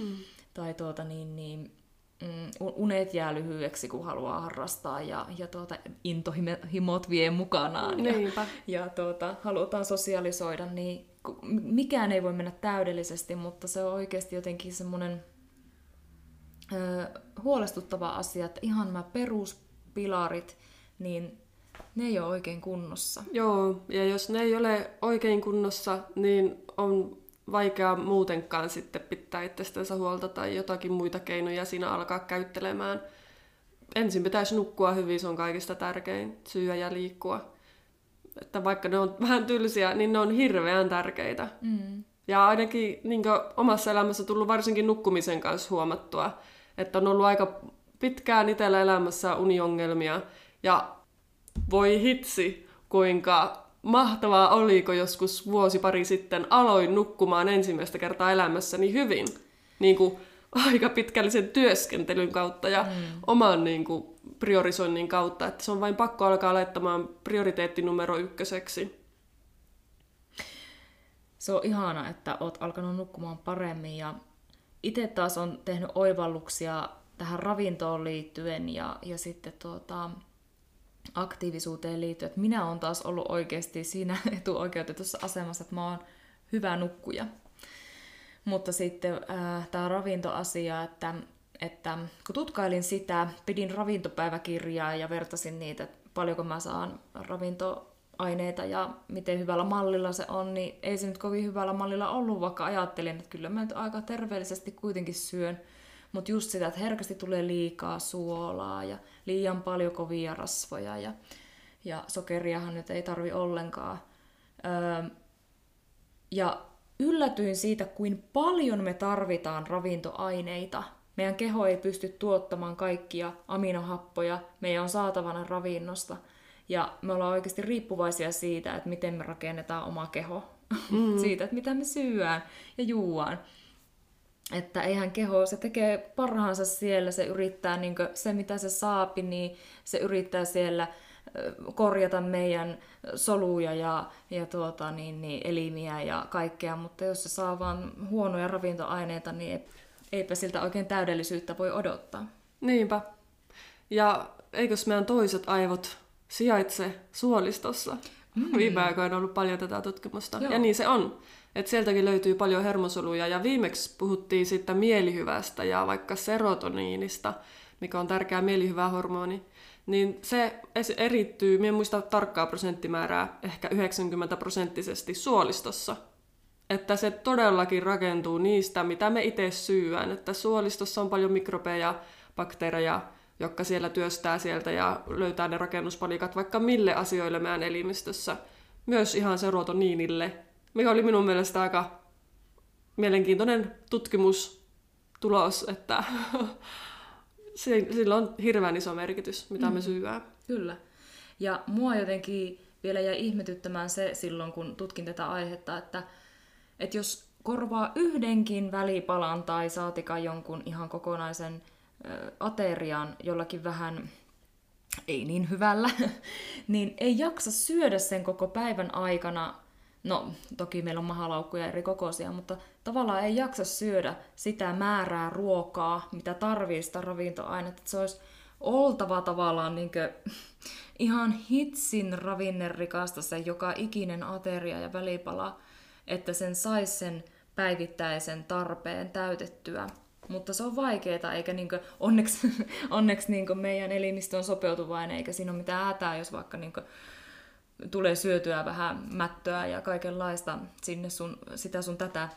unet jää lyhyeksi, kun haluaa harrastaa ja intohimot vie mukanaan ja halutaan sosialisoida, niin mikään ei voi mennä täydellisesti, mutta se on oikeasti jotenkin semmoinen huolestuttava asia, että ihan nämä peruspilarit, niin ne ei ole oikein kunnossa. Joo, ja jos ne ei ole oikein kunnossa, niin on vaikea muutenkaan sitten pitää itsestänsä huolta tai jotakin muita keinoja siinä alkaa käyttelemään. Ensin pitäisi nukkua hyvin, se on kaikista tärkein, syödä ja liikkua. Että vaikka ne on vähän tylsiä, niin ne on hirveän tärkeitä. Ja ainakin niin omassa elämässä tullut varsinkin nukkumisen kanssa huomattua, että on ollut aika pitkään itsellä elämässä uniongelmia. Ja voi hitsi, kuinka mahtavaa oli, kun joskus vuosi pari sitten aloin nukkumaan ensimmäistä kertaa elämässäni hyvin. Niin kuin aika pitkällisen työskentelyn kautta ja oman niin kuin priorisoinnin kautta. Että se on vain pakko alkaa laittamaan prioriteetti numero 1. Se on ihana, että oot alkanut nukkumaan paremmin ja itse taas on tehnyt oivalluksia tähän ravintoon liittyen ja sitten aktiivisuuteen liittyen, että minä olen taas ollut oikeasti siinä etuoikeutetussa asemassa, että mä oon hyvä nukkuja. Mutta sitten tämä ravintoasia, että kun tutkailin sitä, pidin ravintopäiväkirjaa ja vertasin niitä, että paljonko mä saan ravintoaineita ja miten hyvällä mallilla se on, niin ei se nyt kovin hyvällä mallilla ollut, vaikka ajattelin, että kyllä mä nyt aika terveellisesti kuitenkin syön. Mutta just sitä, että herkästi tulee liikaa suolaa ja liian paljon kovia rasvoja ja sokeriahan nyt ei tarvi ollenkaan. Ja yllätyin siitä, kuin paljon me tarvitaan ravintoaineita. Meidän keho ei pysty tuottamaan kaikkia aminohappoja, meidän on saatavana ravinnosta. Ja me ollaan oikeasti riippuvaisia siitä, että miten me rakennetaan oma keho. Siitä, että mitä me syödään ja juodaan. Että eihän keho, se tekee parhaansa siellä, se yrittää niin se mitä se saapi, niin se yrittää siellä korjata meidän soluja ja elimiä ja kaikkea, mutta jos se saa vaan huonoja ravintoaineita, niin eipä siltä oikein täydellisyyttä voi odottaa. Niinpä. Ja eikös meidän toiset aivot sijaitse suolistossa? Viime aikoina on ollut paljon tätä tutkimusta. Joo. Ja niin se on. Että sieltäkin löytyy paljon hermosoluja. Ja viimeksi puhuttiin sitten mielihyvästä ja vaikka serotoniinista, mikä on tärkeä mielihyvä hormoni. Niin se erittyy, minä en muista tarkkaa prosenttimäärää, ehkä 90% suolistossa. Että se todellakin rakentuu niistä, mitä me itse syödään. Että suolistossa on paljon mikrobeja, bakteereja, jotka siellä työstää sieltä ja löytää ne rakennuspalikat vaikka mille asioille meidän elimistössä. Myös ihan serotoniinille, mikä oli minun mielestä aika mielenkiintoinen tutkimustulos, että sillä on hirveän iso merkitys, mitä me syödään. Kyllä. Ja mua jotenkin vielä jäi ihmetyttämään se silloin, kun tutkin tätä aihetta, että jos korvaa yhdenkin välipalan tai saatikaan jonkun ihan kokonaisen aterian jollakin vähän ei niin hyvällä, niin ei jaksa syödä sen koko päivän aikana. No, toki meillä on mahalaukkuja eri kokoisia, mutta tavallaan ei jaksa syödä sitä määrää ruokaa, mitä tarvii sitä ravintoainetta. Se olisi oltava tavallaan ihan hitsin ravinnerikasta se joka ikinen ateria ja välipala, että sen saisi sen päivittäisen tarpeen täytettyä. Mutta se on vaikeaa, eikä onneksi meidän elimistö on sopeutuvainen, eikä siinä ole mitään hätää, jos vaikka tulee syötyä vähän mättöä ja kaikenlaista sinne sitä sun tätä.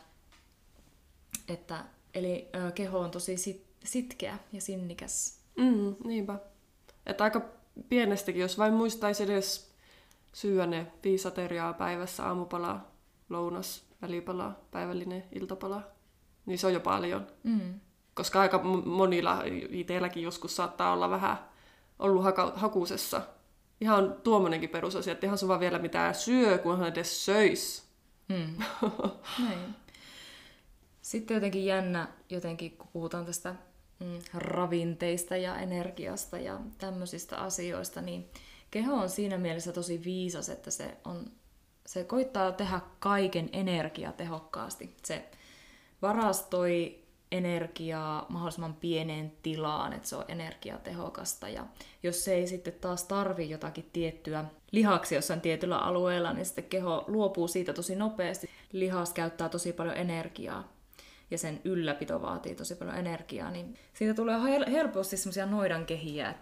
Eli keho on tosi sitkeä ja sinnikäs. Niinpä. Että aika pienestäkin, jos vain muistaisi edes syödä ne 5 ateriaa päivässä, aamupala, lounas, välipala, päivällinen, iltapala, niin se on jo paljon. Koska aika monilla, itselläkin joskus saattaa olla vähän ollut hakusessa. Ihan tuommoinenkin perusasia, että ihan se vaan vielä mitään syö, kunhan edes söis. Näin. Sitten jotenkin jännä, kun puhutaan tästä ravinteista ja energiasta ja tämmöisistä asioista, niin keho on siinä mielessä tosi viisas, että se koittaa tehdä kaiken energiatehokkaasti. Se varastoi energiaa mahdollisimman pieneen tilaan, että se on energiatehokasta. Ja jos se ei sitten taas tarvi jotakin tiettyä lihaksia jossain tietyllä alueella, niin sitten keho luopuu siitä tosi nopeasti. Lihas käyttää tosi paljon energiaa ja sen ylläpito vaatii tosi paljon energiaa, niin siitä tulee helposti semmoisia noidankehiä,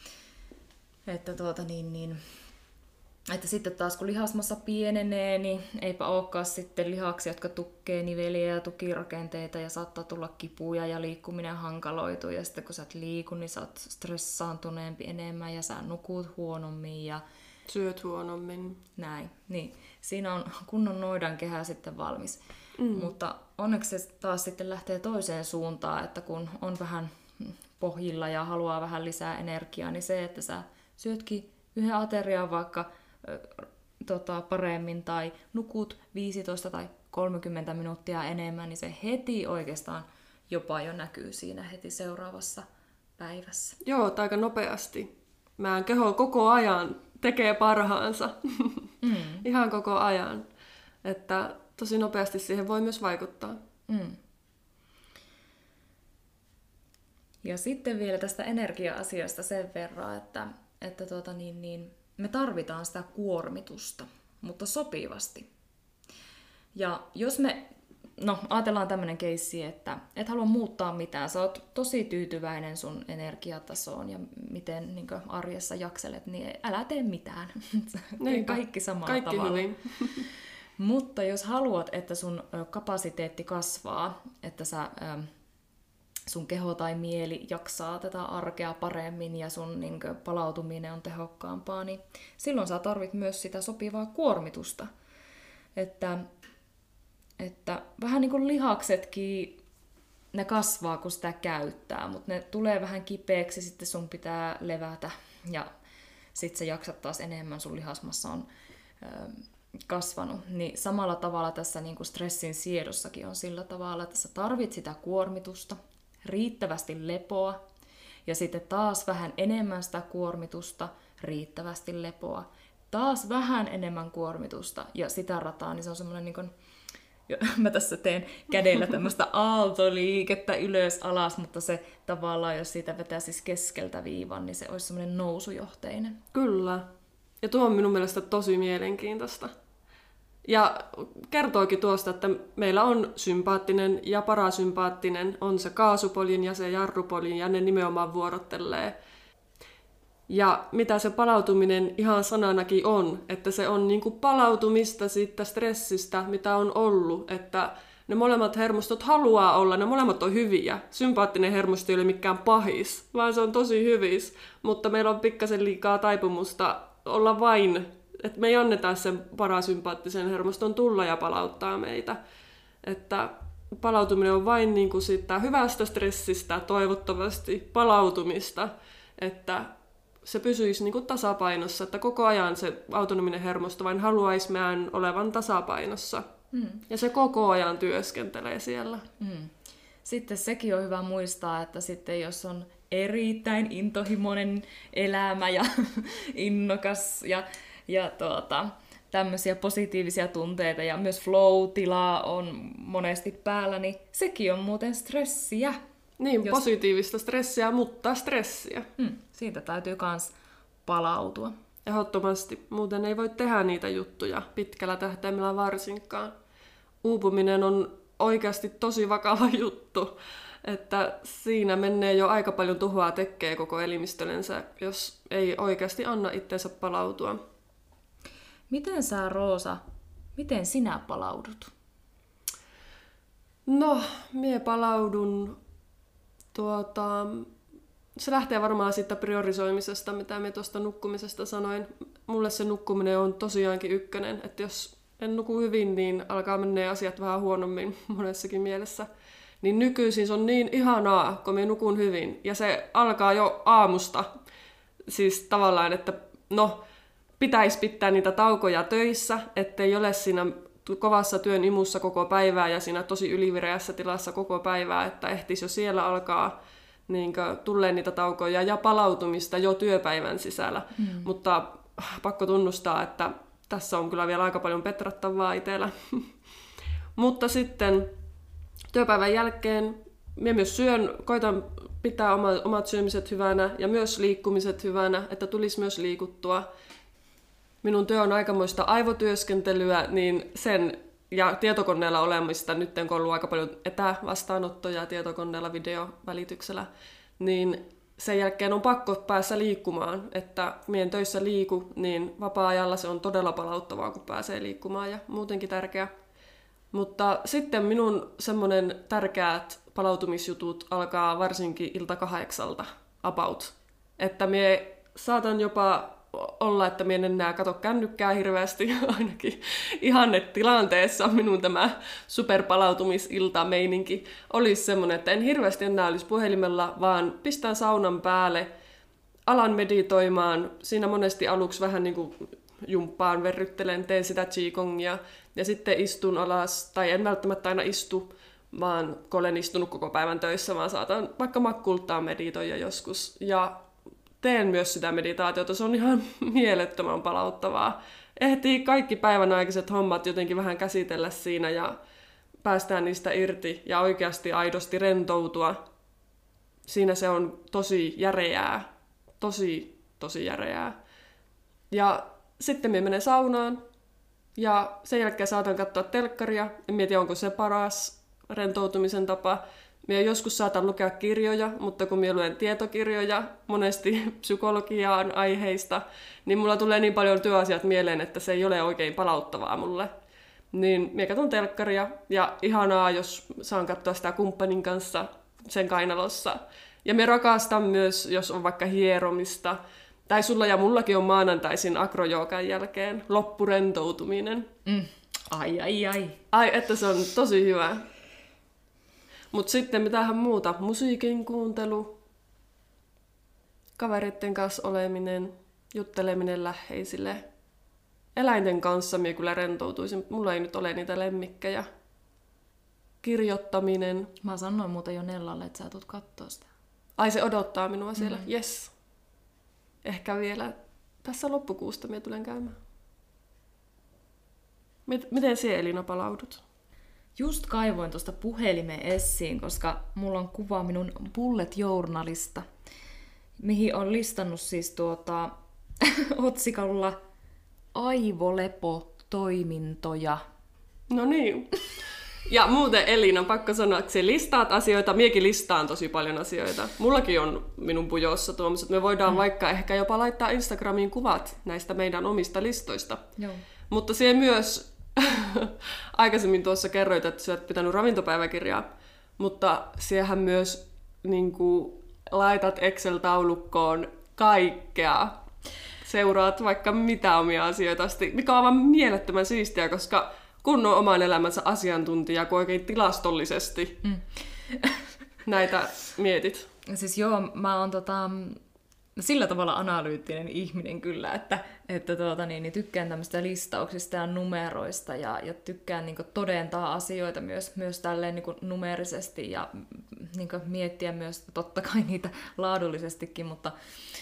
että sitten taas kun lihasmassa pienenee, niin eipä olekaan sitten lihaksia, jotka tukkee niveliä ja tukirakenteita ja saattaa tulla kipuja ja liikkuminen hankaloituu. Ja sitten kun sä et liiku, niin sä oot stressaantuneempi enemmän ja sä nukut huonommin. Ja syöt huonommin. Näin. Niin. Siinä on kunnon noidankehä sitten valmis. Mutta onneksi se taas sitten lähtee toiseen suuntaan, että kun on vähän pohjilla ja haluaa vähän lisää energiaa, niin se, että sä syötkin yhden aterian vaikka paremmin tai nukut 15 tai 30 minuuttia enemmän, niin se heti oikeastaan jopa jo näkyy siinä heti seuraavassa päivässä. Joo, aika nopeasti. Meidän keho koko ajan tekee parhaansa. Ihan koko ajan. Että tosi nopeasti siihen voi myös vaikuttaa. Ja sitten vielä tästä energia-asiasta sen verran, että me tarvitaan sitä kuormitusta, mutta sopivasti. Ja jos me no ajatellaan tämmöinen keissi, että et halua muuttaa mitään. Sä oot tosi tyytyväinen sun energiatasoon ja miten niin kuin arjessa jakselet, niin älä tee mitään. Tee kaikki samalla kaikki tavalla. Hyvin. Mutta jos haluat, että sun kapasiteetti kasvaa, että sun keho tai mieli jaksaa tätä arkea paremmin ja sun niin kuin palautuminen on tehokkaampaa, niin silloin sä tarvit myös sitä sopivaa kuormitusta. Että vähän niin kuin lihaksetkin, ne kasvaa, kun sitä käyttää, mutta ne tulee vähän kipeäksi, sitten sun pitää levätä ja sitten sä jaksat taas enemmän, sun lihasmassa on kasvanut. Niin samalla tavalla tässä niin kuin stressin siedossakin on sillä tavalla, että sä tarvit sitä kuormitusta, riittävästi lepoa ja sitten taas vähän enemmän sitä kuormitusta, riittävästi lepoa, taas vähän enemmän kuormitusta ja sitä rataa, niin se on semmoinen niin kuin mä tässä teen kädellä tämmöistä aaltoliikettä ylös alas, mutta se tavallaan, jos siitä vetää siis keskeltä viivan, niin se olisi semmoinen nousujohteinen. Kyllä. Ja tuo on minun mielestä tosi mielenkiintoista. Ja kertookin tuosta, että meillä on sympaattinen ja parasympaattinen, on se kaasupolin ja se jarrupolin, ja ne nimenomaan vuorottelee. Ja mitä se palautuminen ihan sananakin on, että se on niinku palautumista siitä stressistä, mitä on ollut, että ne molemmat hermostot haluaa olla, ne molemmat on hyviä. Sympaattinen hermosto ei ole mikään pahis, vaan se on tosi hyvis, mutta meillä on pikkasen liikaa taipumusta olla vain, että me ei anneta sen parasympaattisen hermoston tulla ja palauttaa meitä. Että palautuminen on vain niinku siitä hyvästä stressistä, toivottavasti palautumista, että se pysyisi niin kuin tasapainossa, että koko ajan se autonominen hermosto vain haluaisi meidän olevan tasapainossa. Ja se koko ajan työskentelee siellä. Sitten sekin on hyvä muistaa, että sitten jos on erittäin intohimoinen elämä ja innokas ja tämmöisiä positiivisia tunteita ja myös flow-tilaa on monesti päällä, niin sekin on muuten stressiä. Niin, positiivista stressiä, mutta stressiä. Siitä täytyy myös palautua. Ehdottomasti. Muuten ei voi tehdä niitä juttuja pitkällä tähtäimellä varsinkaan. Uupuminen on oikeasti tosi vakava juttu. Että siinä menee jo aika paljon tuhoa tekee koko elimistöllensä, jos ei oikeasti anna itseensä palautua. Miten sä, Roosa, miten sinä palaudut? No, mie palaudun se lähtee varmaan siitä priorisoimisesta, mitä me tuosta nukkumisesta sanoin. Mulle se nukkuminen on tosiaankin ykkönen, että jos en nuku hyvin, niin alkaa mennä asiat vähän huonommin monessakin mielessä. Niin nykyisin se on niin ihanaa, kun me nukun hyvin. Ja se alkaa jo aamusta. Siis tavallaan, että pitäisi pitää niitä taukoja töissä, ettei ole siinä kovassa työn imussa koko päivää ja siinä tosi ylivireässä tilassa koko päivää, että ehtisi jo siellä alkaa tulee niitä taukoja ja palautumista jo työpäivän sisällä. Mutta pakko tunnustaa, että tässä on kyllä vielä aika paljon petrattavaa itsellä. Mutta sitten työpäivän jälkeen minä myös koitan pitää omat syömiset hyvänä ja myös liikkumiset hyvänä, että tulisi myös liikuttua. Minun työ on aikamoista aivotyöskentelyä, niin sen ja tietokoneella olemista, nyt kun on ollut aika paljon etävastaanottoja tietokoneella videovälityksellä, niin sen jälkeen on pakko päässä liikkumaan, että mien töissä liiku, niin vapaa-ajalla se on todella palauttavaa, kun pääsee liikkumaan ja muutenkin tärkeää. Mutta sitten minun semmoinen tärkeät palautumisjutut alkaa varsinkin 7:00 about, että mie saatan jopa olla, että minä en enää katso kännykkää hirveästi, ainakin ihannetilanteessa minun tämä superpalautumisilta-meininki olisi semmoinen, että en hirveästi enää olisi puhelimella, vaan pistän saunan päälle, alan meditoimaan, siinä monesti aluksi vähän niin kuin jumppaan, verryttelen, teen sitä qigongia ja sitten istun alas, tai en välttämättä aina istu, vaan kun olen istunut koko päivän töissä, vaan saatan vaikka makkultaa meditoida joskus ja teen myös sitä meditaatiota, se on ihan mielettömän palauttavaa. Ehtii kaikki päivän aikaiset hommat jotenkin vähän käsitellä siinä ja päästään niistä irti ja oikeasti aidosti rentoutua. Siinä se on tosi järeää, tosi järeää. Ja sitten minä menen saunaan Ja sen jälkeen saatan katsoa telkkaria ja mietin, onko se paras rentoutumisen tapa. Minä joskus saatan lukea kirjoja, mutta kun minä luen tietokirjoja monesti psykologiaan aiheista, niin mulla tulee niin paljon työasiat mieleen, että se ei ole oikein palauttavaa mulle. Niin minä katson telkkaria ja ihanaa, jos saan katsoa sitä kumppanin kanssa sen kainalossa. Ja minä rakastan myös, jos on vaikka hieromista. Tai sulla ja mullakin on maanantaisin akrojoogan jälkeen loppurentoutuminen. Ai. Ai, että se on tosi hyvä. Mutta sitten mitähän muuta? Musiikin kuuntelu, kavereiden kanssa oleminen, jutteleminen läheisille. Eläinten kanssa minä kyllä rentoutuisin, mutta mulla ei nyt ole niitä lemmikkejä. Kirjoittaminen. Mä sanoin muuten jo Nellalle, että sä tulet kattoo sitä. Ai, se odottaa minua siellä. Yes. Ehkä vielä tässä loppukuusta minä tulen käymään. Miten sinä, Elina, palaudut? Just kaivoin tuosta puhelimen esiin, koska mulla on kuva minun bullet journalista, mihin on listannut siis otsikolla aivolepotoimintoja. No niin. Ja muuten, Elina, pakko sanoa, että se listaat asioita, miekin listaan tosi paljon asioita. Mullakin on minun pujossa tuommoiset. Me voidaan vaikka ehkä jopa laittaa Instagramiin kuvat näistä meidän omista listoista. Joo. Mutta siihen myös, aikaisemmin tuossa kerroit, että sä oot pitänyt ravintopäiväkirjaa, mutta siihen myös niin kuin, laitat Excel-taulukkoon kaikkea. Seuraat vaikka mitä omia asioita, mikä on aivan mielettömän siistiä, koska kun on oman elämänsä asiantuntija, kun oikein tilastollisesti näitä mietit. Siis joo, mä oon sillä tavalla analyyttinen ihminen kyllä, että tykkään tämmöistä listauksista ja numeroista ja tykkään niinku todentaa asioita myös tälleen niinku numerisesti ja niinku miettiä myös totta kai niitä laadullisestikin, mutta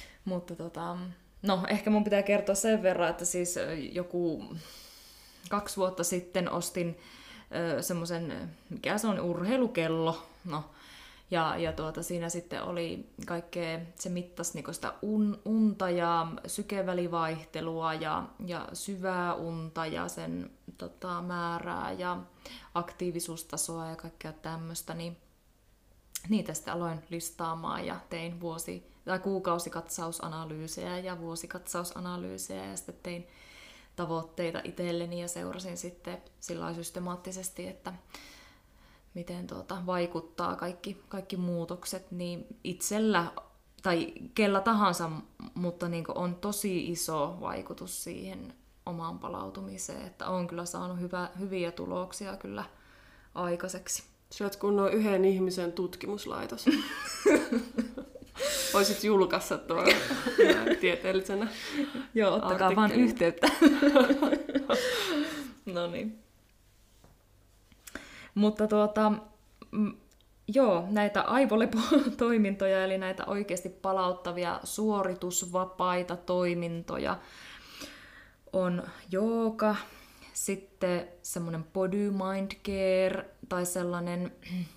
no ehkä mun pitää kertoa sen verran, että siis joku 2 vuotta sitten ostin semmoisen, mikä se on, urheilukello, no. Ja siinä sitten oli kaikkea, se mittasi niinku sitä unta ja sykevälivaihtelua ja syvää unta ja sen määrää ja aktiivisuustasoa ja kaikkea tämmöistä, niin niitä sitten aloin listaamaan ja tein kuukausikatsausanalyyseja ja vuosikatsausanalyysejä ja sitten tein tavoitteita itselleni ja seurasin sitten sillä systemaattisesti, että miten vaikuttaa kaikki muutokset, niin itsellä tai kella tahansa, mutta niin on tosi iso vaikutus siihen omaan palautumiseen, että olen kyllä saanut hyviä tuloksia kyllä aikaiseksi. Sä oot kunnon yhden ihmisen tutkimuslaitos. Voisit julkaista tuon tieteellisenä. Joo, ottakaa vaan yhteyttä. No niin. Mutta joo, näitä aivolepotoimintoja, eli näitä oikeasti palauttavia suoritusvapaita toimintoja on jooga, sitten semmoinen body mind care tai sellainen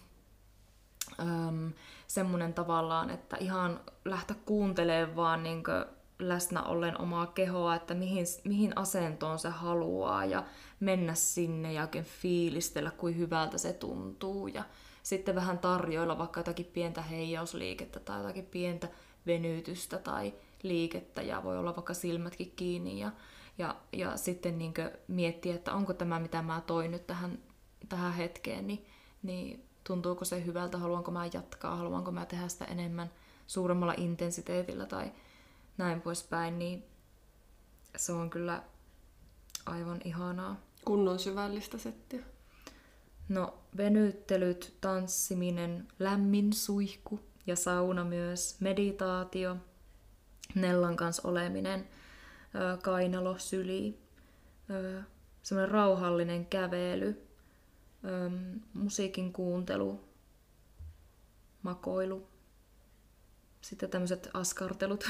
semmoinen tavallaan, että ihan lähteä kuuntelemaan vaan niin läsnä ollen omaa kehoa, että mihin asentoon se haluaa ja mennä sinne ja oikein fiilistellä, kuin hyvältä se tuntuu. Ja sitten vähän tarjoilla vaikka jotakin pientä heijausliikettä tai jotakin pientä venytystä tai liikettä ja voi olla vaikka silmätkin kiinni ja sitten niin miettiä, että onko tämä, mitä mä toin nyt tähän hetkeen, niin tuntuuko se hyvältä, haluanko mä jatkaa, haluanko mä tehdä sitä enemmän suuremmalla intensiteetillä tai näin poispäin, niin se on kyllä aivan ihanaa. Kunnon syvällistä settiä. No, venyttelyt, tanssiminen, lämmin suihku ja sauna myös, meditaatio, Nellan kanssa oleminen, kainalo, syli, semmoinen rauhallinen kävely, musiikin kuuntelu, makoilu, sitten tämmöiset askartelut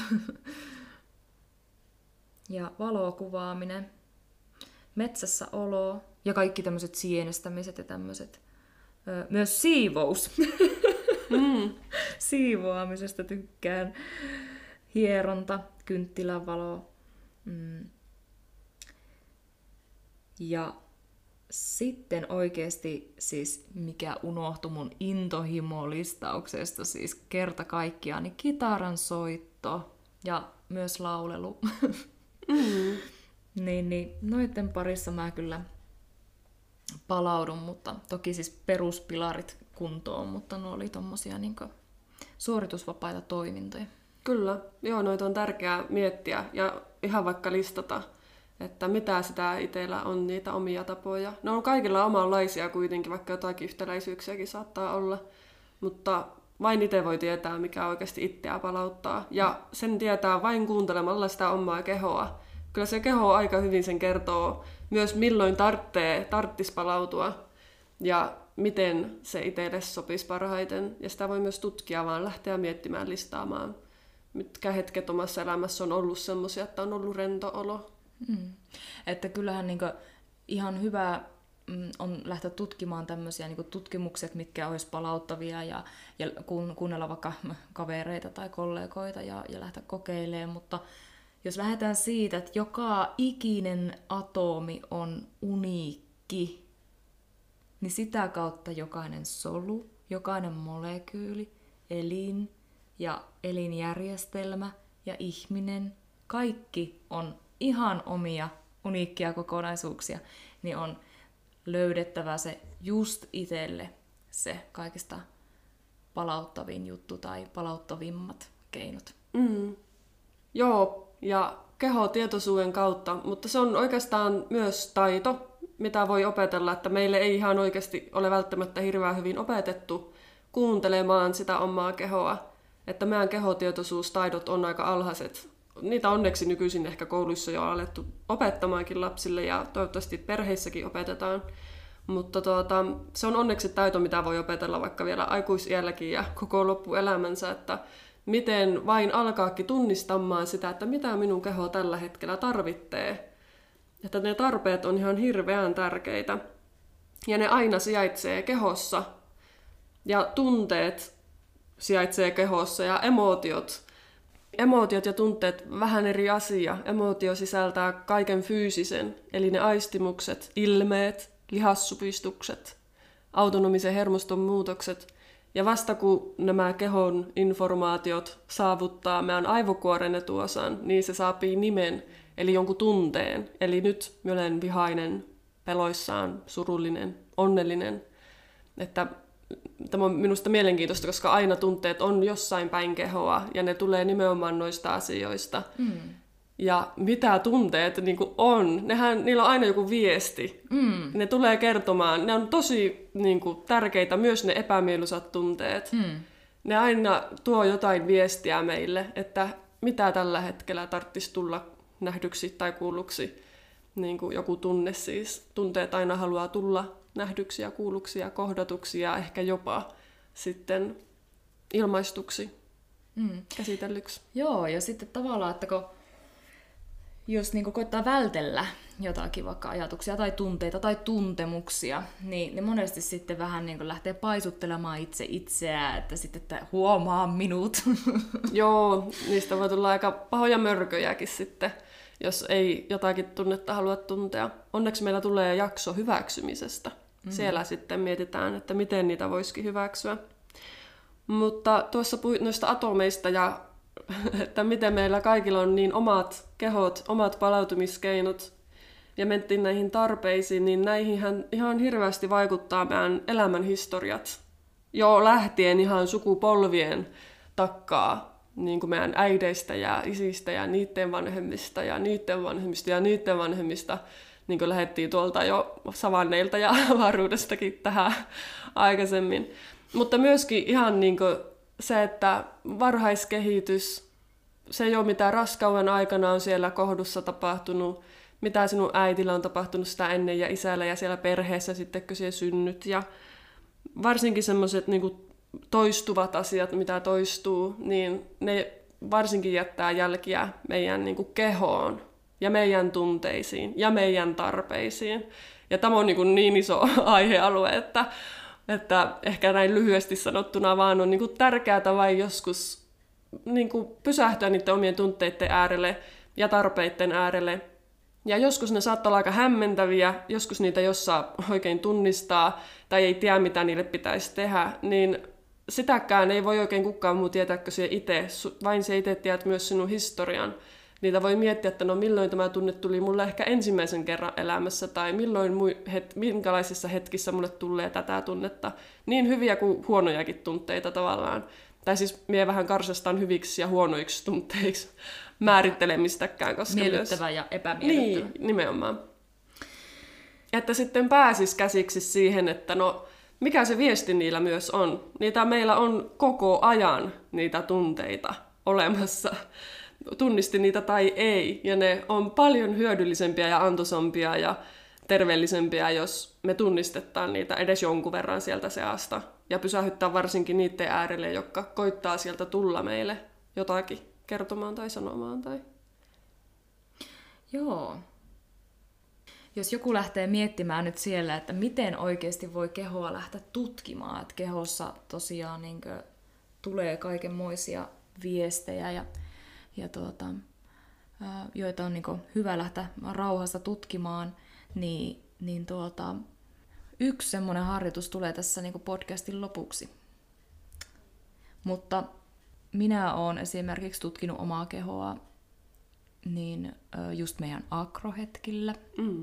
ja valokuvaaminen, metsässä olo ja kaikki tämmöiset sienestämiset ja tämmöiset. Myös siivous. Siivoamisesta tykkään. Hieronta, kynttilänvalo. Ja sitten oikeasti siis, mikä unohtui mun intohimo-listauksesta, siis kerta kaikkiaan, niin kitaran soitto ja myös laulelu. niin, noiden parissa mä kyllä palaudun, mutta toki siis peruspilarit kuntoon, mutta ne oli tommosia niinku suoritusvapaita toimintoja. Kyllä, joo, noita on tärkeää miettiä ja ihan vaikka listata, että mitä sitä itsellä on niitä omia tapoja. Ne on kaikilla omanlaisia kuitenkin, vaikka jotakin yhtäläisyyksiäkin saattaa olla, mutta vain itse voi tietää, mikä oikeasti itseä palauttaa. Ja sen tietää vain kuuntelemalla sitä omaa kehoa. Kyllä se keho aika hyvin sen kertoo myös milloin tarttis palautua ja miten se itselle sopisi parhaiten. Ja sitä voi myös tutkia, vaan lähteä miettimään, listaamaan, mitkä hetket omassa elämässä on ollut semmoisia, että on ollut rento olo. Että kyllähän niinku ihan hyvä on lähteä tutkimaan tämmöisiä niinku tutkimukset, mitkä olisi palauttavia ja kuunnella vaikka kavereita tai kollegoita ja lähteä kokeilemaan, mutta jos lähdetään siitä, että joka ikinen atomi on uniikki, niin sitä kautta jokainen solu, jokainen molekyyli, elin ja elinjärjestelmä ja ihminen, kaikki on ihan omia uniikkia kokonaisuuksia, niin on löydettävä se just itselle se kaikista palauttavin juttu tai palauttavimmat keinot. Joo, ja kehotietoisuuden kautta, mutta se on oikeastaan myös taito, mitä voi opetella, että meille ei ihan oikeasti ole välttämättä hirveän hyvin opetettu kuuntelemaan sitä omaa kehoa, että meidän kehotietoisuustaidot on aika alhaiset. Niitä onneksi nykyisin ehkä kouluissa jo on alettu opettamaankin lapsille ja toivottavasti perheissäkin opetetaan. Mutta se on onneksi taito, mitä voi opetella vaikka vielä aikuisiälläkin ja koko loppuelämänsä, että miten vain alkaakin tunnistamaan sitä, että mitä minun keho tällä hetkellä tarvitsee. Että ne tarpeet on ihan hirveän tärkeitä. Ja ne aina sijaitsee kehossa. Ja tunteet sijaitsee kehossa ja emootiot. Emootiot ja tunteet vähän eri asia. Emootio sisältää kaiken fyysisen, eli ne aistimukset, ilmeet, lihassupistukset, autonomisen hermoston muutokset. Ja vasta kun nämä kehon informaatiot saavuttaa meidän aivokuoren etuosan, niin se saapii nimen, eli jonkun tunteen. Eli nyt minä olen vihainen, peloissaan, surullinen, onnellinen. Että tämä on minusta mielenkiintoista, koska aina tunteet on jossain päin kehoa ja ne tulee nimenomaan noista asioista. Ja mitä tunteet niin kuin on, niillä on aina joku viesti. Ne tulee kertomaan, ne on tosi niin kuin tärkeitä myös ne epämieluisat tunteet. Ne aina tuo jotain viestiä meille, että mitä tällä hetkellä tarvitsisi tulla nähdyksi tai kuulluksi. Niin kuin joku tunne siis. Tunteet aina haluaa tulla nähdyksi ja kuulluksi ja kohdatuksi ja ehkä jopa sitten ilmaistuksi, käsitellyksi. Joo, ja sitten tavallaan, että jos niin koittaa vältellä jotakin vaikka ajatuksia tai tunteita tai tuntemuksia, niin ne monesti sitten vähän niin lähtee paisuttelemaan itseään, että sitten että huomaa minut. Joo, niistä voi tulla aika pahoja mörköjäkin sitten, jos ei jotakin tunnetta halua tuntea. Onneksi meillä tulee jakso hyväksymisestä. Siellä sitten mietitään, että miten niitä voisikin hyväksyä. Mutta tuossa puhuit noista atomeista ja että miten meillä kaikilla on niin omat kehot, omat palautumiskeinot ja mentiin näihin tarpeisiin, niin näihinhän ihan hirveästi vaikuttaa meidän elämän historiat. Jo lähtien ihan sukupolvien takkaa, niin kuin meidän äideistä ja isistä ja niiden vanhemmista ja niiden vanhemmista ja niiden vanhemmista, niin kuin lähdettiin tuolta jo savanneilta ja avaruudestakin tähän aikaisemmin. Mutta myöskin ihan niin kuin se, että varhaiskehitys, se ei ole mitään raskauden aikana on siellä kohdussa tapahtunut, mitä sinun äitillä on tapahtunut sitä ennen ja isällä ja siellä perheessä sitten, kun siellä synnyt. Ja varsinkin semmoiset niin kuin toistuvat asiat, mitä toistuu, niin ne varsinkin jättää jälkiä meidän niin kuin kehoon ja meidän tunteisiin ja meidän tarpeisiin. Ja tämä on niin iso aihealue, että ehkä näin lyhyesti sanottuna vaan on niin tärkeää vain joskus niin pysähtyä niiden omien tunteiden äärelle ja tarpeiden äärelle Ja joskus ne saattaa olla aika hämmentäviä, joskus niitä ei osaa oikein tunnistaa tai ei tiedä, mitä niille pitäisi tehdä, niin sitäkään ei voi oikein kukaan muu tietää kuin se itse, vain se itse tiedät myös sinun historian. Niitä voi miettiä, että no milloin tämä tunne tuli mulle ehkä ensimmäisen kerran elämässä, tai minkälaisissa hetkissä mulle tulee tätä tunnetta. Niin hyviä kuin huonojakin tunteita tavallaan. Tai siis mie vähän karsastan hyviksi ja huonoiksi tunteiksi määrittelemistäkään. Koska miellyttävä ja epämiellyttävä. Niin, nimenomaan. Että sitten pääsis käsiksi siihen, että no mikä se viesti niillä myös on. Niitä meillä on koko ajan niitä tunteita olemassa. Tunnisti niitä tai ei. Ja ne on paljon hyödyllisempiä ja antoisampia ja terveellisempiä, jos me tunnistetaan niitä edes jonkun verran sieltä seasta. Ja pysähyttää varsinkin niiden äärelle, jotka koittaa sieltä tulla meille jotakin kertomaan tai sanomaan. Tai... Joo. Jos joku lähtee miettimään nyt siellä, että miten oikeasti voi kehoa lähteä tutkimaan, että kehossa tosiaan niin kuin tulee kaikenmoisia viestejä joita on niin kuin hyvä lähteä rauhassa tutkimaan, niin yksi semmoinen harjoitus tulee tässä niin kuin podcastin lopuksi. Mutta minä olen esimerkiksi tutkinut omaa kehoa niin just meidän akrohetkillä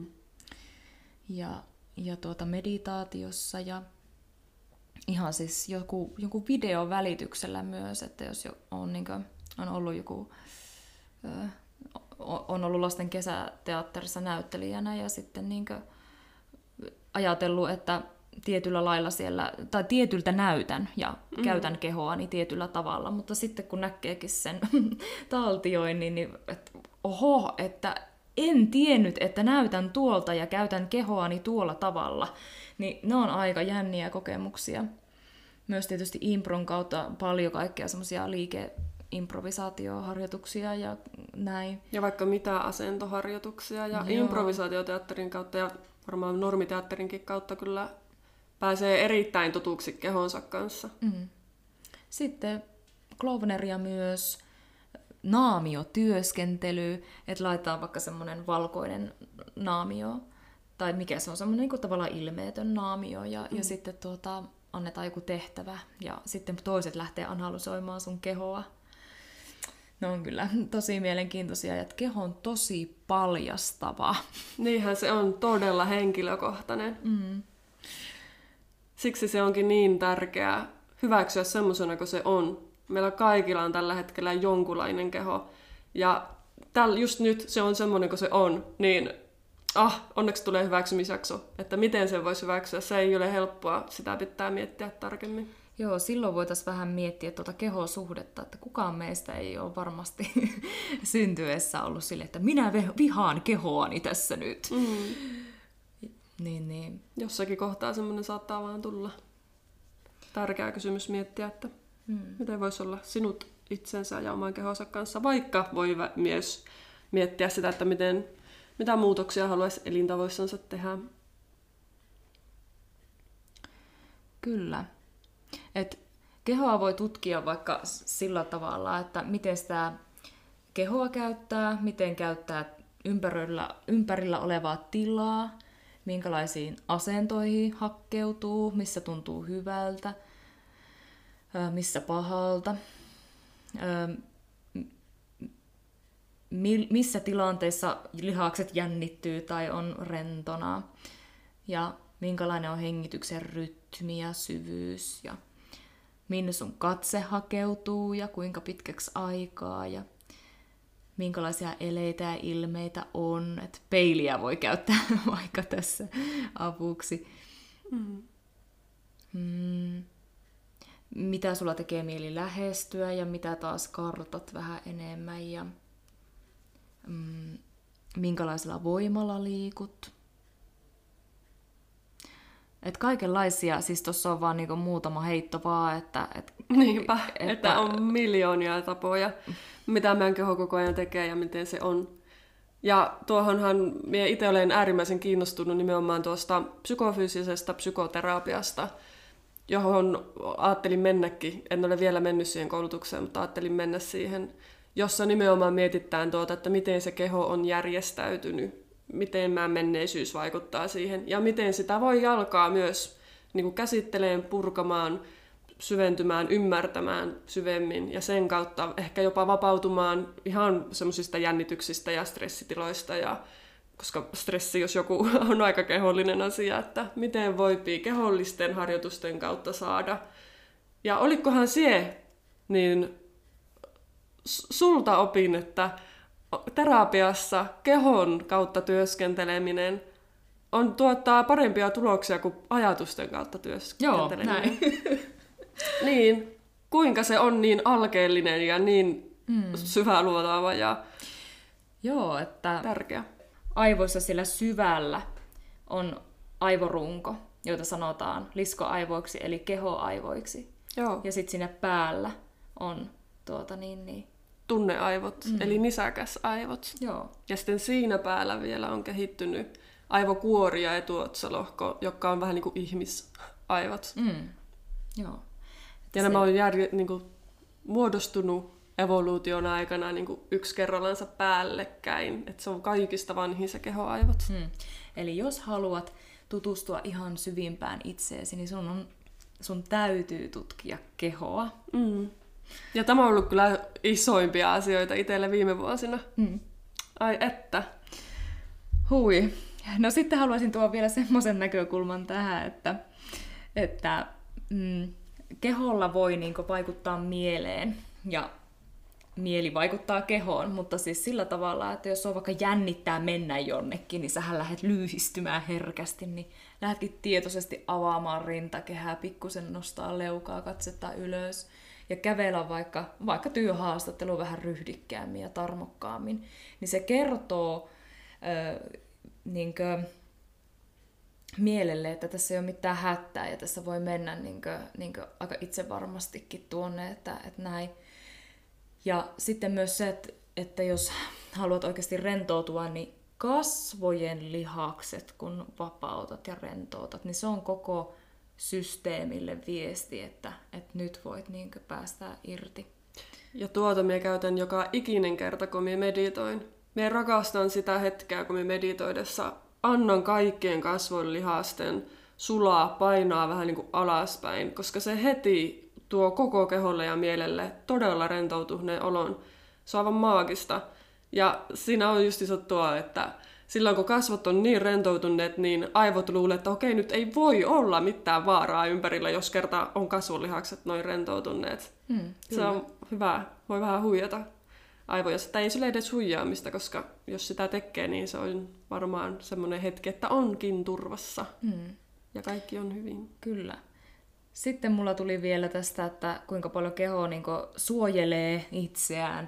ja meditaatiossa ja ihan siis joku videon välityksellä myös, että jos on, niin kuin, on ollut on ollut lasten kesäteatterissa näyttelijänä ja sitten niin kuin ajatellut, että tietyllä lailla siellä, tai tietyltä näytän ja käytän kehoani tietyllä tavalla, mutta sitten kun näkeekin sen taltioinnin, niin että en tiennyt, että näytän tuolta ja käytän kehoani tuolla tavalla, niin ne on aika jänniä kokemuksia. Myös tietysti impron kautta paljon kaikkea semmoisia improvisaatioharjoituksia ja näin. Ja vaikka mitä asentoharjoituksia ja improvisaatioteatterin kautta ja varmaan normiteatterinkin kautta kyllä pääsee erittäin tutuksi kehonsa kanssa. Sitten Klowneria myös, naamiotyöskentely, että laitetaan vaikka semmoinen valkoinen naamio, tai mikä se on, semmoinen niin kuin tavallaan ilmeetön naamio, ja sitten annetaan joku tehtävä, ja sitten toiset lähtee analysoimaan sun kehoa. Ne on kyllä tosi mielenkiintoisia, ja keho on tosi paljastava. Niinhän se on todella henkilökohtainen. Siksi se onkin niin tärkeää hyväksyä semmoisena kuin se on. Meillä kaikilla on tällä hetkellä jonkunlainen keho. Ja just nyt se on semmoinen kuin se on. Niin onneksi tulee hyväksymisjakso. Että miten sen voisi hyväksyä. Se ei ole helppoa. Sitä pitää miettiä tarkemmin. Joo, silloin voitaisiin vähän miettiä tuota kehosuhdetta, että kukaan meistä ei ole varmasti syntyessä ollut sille, että minä vihaan kehoani tässä nyt. Niin. Jossakin kohtaa semmoinen saattaa vaan tulla. Tärkeä kysymys miettiä, että miten voisi olla sinut itsensä ja oman kehonsa kanssa, vaikka voi myös miettiä sitä, että mitä muutoksia haluaisi elintavoissansa tehdä. Kyllä. Et kehoa voi tutkia vaikka sillä tavalla, että miten sitä kehoa käyttää, miten käyttää ympärillä olevaa tilaa, minkälaisiin asentoihin hakkeutuu, missä tuntuu hyvältä, missä pahalta, missä tilanteissa lihakset jännittyy tai on rentona, ja minkälainen on hengityksen rytmi ja syvyys, ja minne sun katse hakeutuu ja kuinka pitkäksi aikaa, ja minkälaisia eleitä ja ilmeitä on. Et peiliä voi käyttää vaikka tässä avuksi. Mitä sulla tekee mieli lähestyä ja mitä taas kartat vähän enemmän ja minkälaisella voimalla liikut. Et kaikenlaisia, siis tuossa on vaan niinku muutama heitto vaan, että on miljoonia tapoja, mitä meidän keho koko ajan tekee ja miten se on. Ja tuohonhan minä itse olen äärimmäisen kiinnostunut nimenomaan tuosta psykofyysisestä psykoterapiasta, johon ajattelin mennäkin. En ole vielä mennyt siihen koulutukseen, mutta ajattelin mennä siihen, jossa nimenomaan mietitään että miten se keho on järjestäytynyt miten menneisyys vaikuttaa siihen ja miten sitä voi alkaa myös niin kuin käsitteleen, purkamaan, syventymään, ymmärtämään syvemmin ja sen kautta ehkä jopa vapautumaan ihan semmoisista jännityksistä ja stressitiloista, koska stressi, jos joku, on aika kehollinen asia, että miten voipii kehollisten harjoitusten kautta saada. Ja olikohan niin sulta opin, että terapiassa kehon kautta työskenteleminen tuottaa parempia tuloksia kuin ajatusten kautta työskenteleminen. Joo, näin. Niin, kuinka se on niin alkeellinen ja niin syväluotaava ja että tärkeä. Aivoissa sillä syvällä on aivorunko, joita sanotaan liskoaivoiksi eli kehoaivoiksi. Joo. Ja sitten siinä päällä on tunneaivot, eli nisäkäsaivot. Joo. Ja sitten siinä päällä vielä on kehittynyt aivokuori ja etuotsalohko, joka on vähän niin kuin ihmisaivot. Joo. Ja nämä on muodostunut evoluution aikana yksi kerrallansa päällekkäin. Että se on kaikista vanhin se kehoaivot. Eli jos haluat tutustua ihan syvimpään itseesi, niin sun täytyy tutkia kehoa. Ja tämä on ollut kyllä isoimpia asioita itselle viime vuosina. Ai että. Hui. No sitten haluaisin tuoda vielä semmoisen näkökulman tähän, että keholla voi vaikuttaa mieleen ja mieli vaikuttaa kehoon, mutta siis sillä tavalla, että jos on vaikka jännittää mennä jonnekin, niin sähän lähdet lyhistymään herkästi, niin lähdetkin tietoisesti avaamaan rintakehää, pikkusen nostaa leukaa, katsetta ylös ja kävellä vaikka työhaastattelu vähän ryhdikkäämmin ja tarmokkaammin, niin se kertoo mielelle, että tässä ei ole mitään hätää ja tässä voi mennä aika itsevarmastikin tuonne, että näin. Ja sitten myös se, että jos haluat oikeasti rentoutua, niin kasvojen lihakset, kun vapautat ja rentoutat, niin se on koko systeemille viesti, että nyt voit päästää irti. Ja minä käytän joka ikinen kerta, kun minä meditoin. Minä rakastan sitä hetkeä, kun minä meditoidessa annan kaikkien kasvojen lihasten sulaa, painaa vähän niin kuin alaspäin, koska se heti tuo koko keholle ja mielelle todella rentoutuneen olon. Se on aivan maagista. Ja siinä on just tuo, että silloin kun kasvot on niin rentoutuneet, niin aivot luulee, että okei, nyt ei voi olla mitään vaaraa ympärillä, jos kerta on kasvonlihakset noin rentoutuneet. Se on hyvä. Voi vähän huijata aivoja. Sitä ei sille edes huijaamista, koska jos sitä tekee, niin se on varmaan semmoinen hetki, että onkin turvassa. Ja kaikki on hyvin. Kyllä. Sitten mulla tuli vielä tästä, että kuinka paljon keho suojelee itseään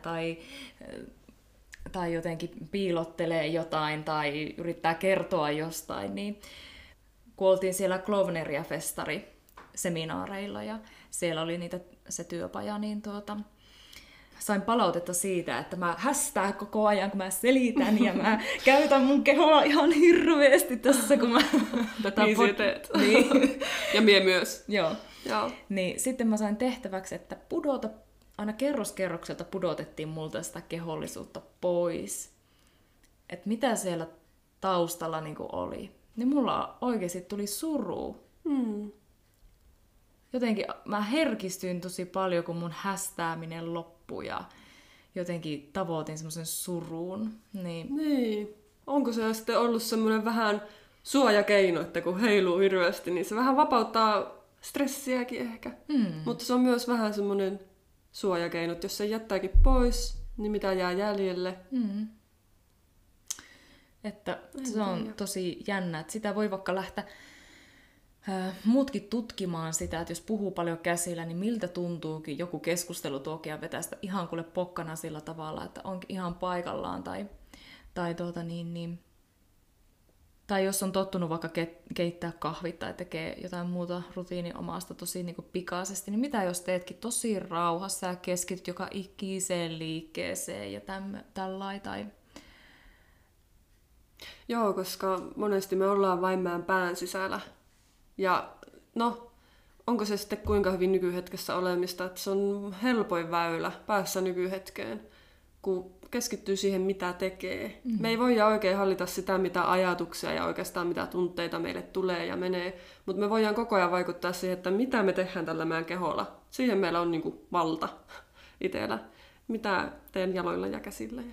tai jotenkin piilottelee jotain tai yrittää kertoa jostain. Niin kun oltiin siellä Clowneria-festari-seminaareilla ja siellä oli se työpaja, niin sain palautetta siitä, että mä hästään koko ajan, kun mä selitän ja mä käytän mun kehoa ihan hirveästi tässä, kun mä tätä niin teet. Niin. Ja mie myös. Joo. Niin sitten mä sain tehtäväksi, että aina kerroskerrokselta pudotettiin multa sitä kehollisuutta pois. Että mitä siellä taustalla oli. Niin mulla oikeasti tuli suru. Jotenkin mä herkistyin tosi paljon, kun mun hästääminen loppui ja jotenkin tavoitin semmoisen suruun. Niin. Onko se sitten ollut semmoinen vähän suojakeino, että kun heiluu hirveästi, niin se vähän vapauttaa stressiäkin ehkä. Mutta se on myös vähän semmoinen suojakeino, että jos se jättääkin pois, niin mitä jää jäljelle? Että se on tosi jännä, että sitä voi vaikka lähteä muutkin tutkimaan sitä, että jos puhuu paljon käsillä, niin miltä tuntuukin joku keskustelu tuokia vetää sitä ihan kuule pokkana sillä tavalla, että onkin ihan paikallaan tai jos on tottunut vaikka keittää kahvit tai tekee jotain muuta rutiiniomasta tosi pikaisesti, niin mitä jos teetkin tosi rauhassa ja keskityt joka ikiseen liikkeeseen ja tällainen. Joo, koska monesti me ollaan vain meidän pään sisällä. Ja onko se sitten kuinka hyvin nykyhetkessä olemista, että se on helpoin väylä päässä nykyhetkeen. kun keskittyy siihen, mitä tekee. Me ei voida oikein hallita sitä, mitä ajatuksia ja oikeastaan mitä tunteita meille tulee ja menee, mutta me voidaan koko ajan vaikuttaa siihen, että mitä me tehdään tällä meidän keholla. Siihen meillä on niinku valta itsellä. Mitä teen jaloilla ja käsillä.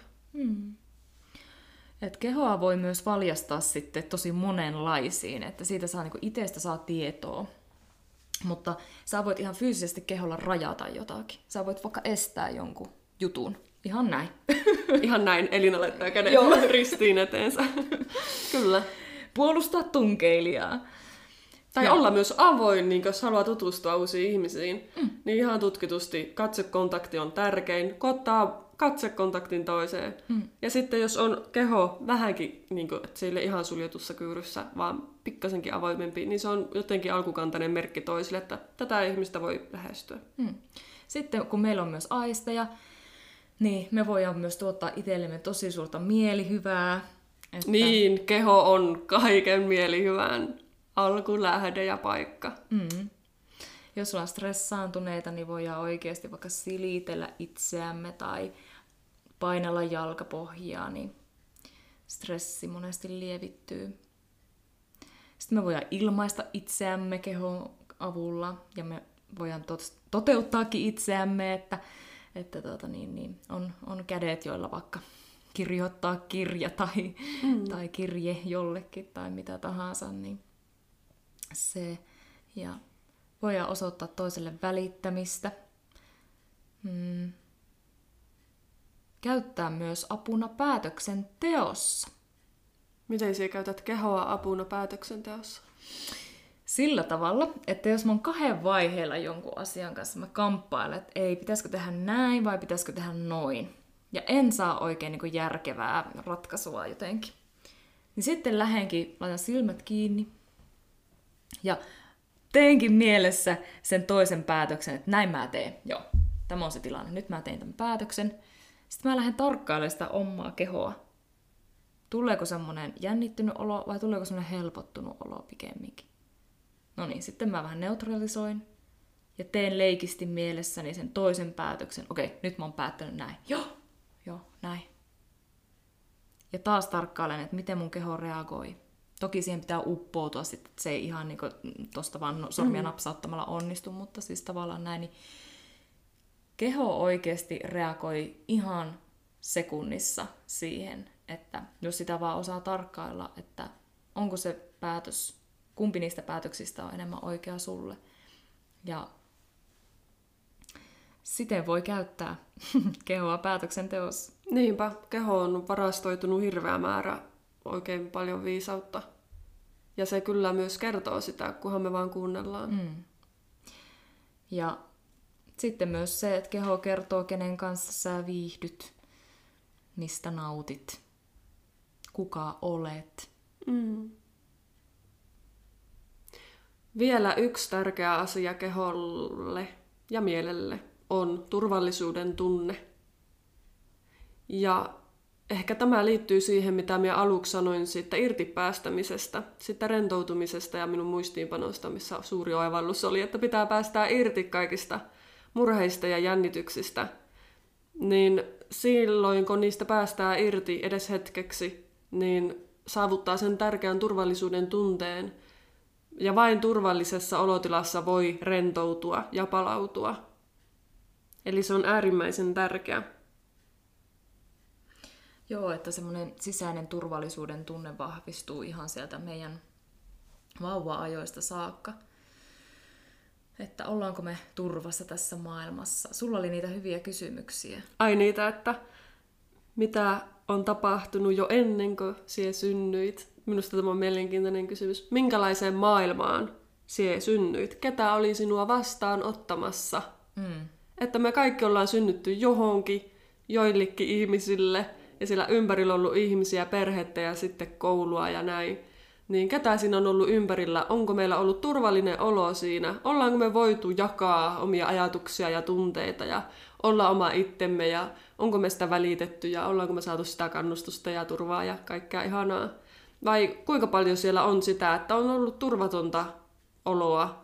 Et kehoa voi myös valjastaa sitten tosi monenlaisiin, että siitä saa niinku itsestä saa tietoa. Mutta sä voit ihan fyysisesti keholla rajata jotakin. Sä voit vaikka estää jonkun jutun. Ihan näin. Ihan näin. Elina laittaa käden ristiin eteensä. Kyllä. Puolustaa tunkeilijaa. Tai olla myös avoin, niin jos haluaa tutustua uusiin ihmisiin. Niin ihan tutkitusti katsekontakti on tärkein. Ottaa katsekontaktin toiseen. Ja sitten jos on keho vähänkin, niin kuin, että se ei ole ihan suljetussa kyyryssä, vaan pikkasenkin avoimempi, niin se on jotenkin alkukantainen merkki toisille, että tätä ihmistä voi lähestyä. Sitten kun meillä on myös aisteja, niin me voidaan myös tuottaa itsellemme tosi suurta mielihyvää. Että... Niin, keho on kaiken mielihyvän alkulähde ja paikka. Jos ollaan stressaantuneita, niin voidaan oikeasti vaikka silitellä itseämme tai painella jalkapohjaa, niin stressi monesti lievittyy. Sitten me voidaan ilmaista itseämme kehon avulla ja me voidaan toteuttaakin itseämme, että on kädet, joilla vaikka kirjoittaa kirja tai kirje jollekin tai mitä tahansa, niin se. Ja voidaan osoittaa toiselle välittämistä. Käyttää myös apuna päätöksenteossa. Miten sinä käytät kehoa apuna päätöksenteossa? Sillä tavalla, että jos mä oon 2 vaiheella jonkun asian kanssa, mä kamppailen, että ei, pitäisikö tehdä näin vai pitäisikö tehdä noin. Ja en saa oikein niin kuin järkevää ratkaisua jotenkin. Niin sitten laitan silmät kiinni ja teenkin mielessä sen toisen päätöksen, että näin mä teen. Joo, tämä on se tilanne. Nyt mä tein tämän päätöksen. Sitten mä lähden tarkkailemaan sitä omaa kehoa. Tuleeko semmoinen jännittynyt olo vai tuleeko semmoinen helpottunut olo pikemminkin? No niin, sitten mä vähän neutralisoin ja teen leikisti mielessäni sen toisen päätöksen. Okei, nyt mä oon päättänyt näin. Joo, näin. Ja taas tarkkailen, että miten mun keho reagoi. Toki siihen pitää uppoutua sitten, että se ei ihan niin tuosta vaan sormia napsauttamalla onnistu, mutta siis tavallaan näin, niin keho oikeasti reagoi ihan sekunnissa siihen, että jos sitä vaan osaa tarkkailla, että onko se päätös, kumpi niistä päätöksistä on enemmän oikea sulle. Ja siten voi käyttää kehoa päätöksenteossa. Niinpä, keho on varastoitunut hirveä määrä oikein paljon viisautta. Ja se kyllä myös kertoo sitä, kunhan me vaan kuunnellaan. Ja sitten myös se, että keho kertoo, kenen kanssa sä viihdyt, mistä nautit, kuka olet. Vielä yksi tärkeä asia keholle ja mielelle on turvallisuuden tunne. Ja ehkä tämä liittyy siihen, mitä minä aluksi sanoin siitä irtipäästämisestä, siitä rentoutumisesta ja minun muistiinpanosta, missä suuri oivallus oli, että pitää päästää irti kaikista murheista ja jännityksistä. Niin silloin, kun niistä päästään irti edes hetkeksi, niin saavuttaa sen tärkeän turvallisuuden tunteen. Ja vain turvallisessa olotilassa voi rentoutua ja palautua. Eli se on äärimmäisen tärkeä. Joo, että semmoinen sisäinen turvallisuuden tunne vahvistuu ihan sieltä meidän vauva-ajoista saakka. Että ollaanko me turvassa tässä maailmassa? Sulla oli niitä hyviä kysymyksiä. Ai niitä, että mitä on tapahtunut jo ennen kuin sie synnyit? Minusta tämä on mielenkiintoinen kysymys. Minkälaiseen maailmaan sie synnyit? Ketä oli sinua vastaan ottamassa? Että me kaikki ollaan synnytty johonkin, joillekin ihmisille, ja siellä ympärillä on ollut ihmisiä, perhettä ja sitten koulua ja näin. Niin ketä siinä on ollut ympärillä? Onko meillä ollut turvallinen olo siinä? Ollaanko me voitu jakaa omia ajatuksia ja tunteita ja olla oma itsemme ja onko me sitä välitetty ja ollaanko me saatu sitä kannustusta ja turvaa ja kaikkea ihanaa? Vai kuinka paljon siellä on sitä, että on ollut turvatonta oloa,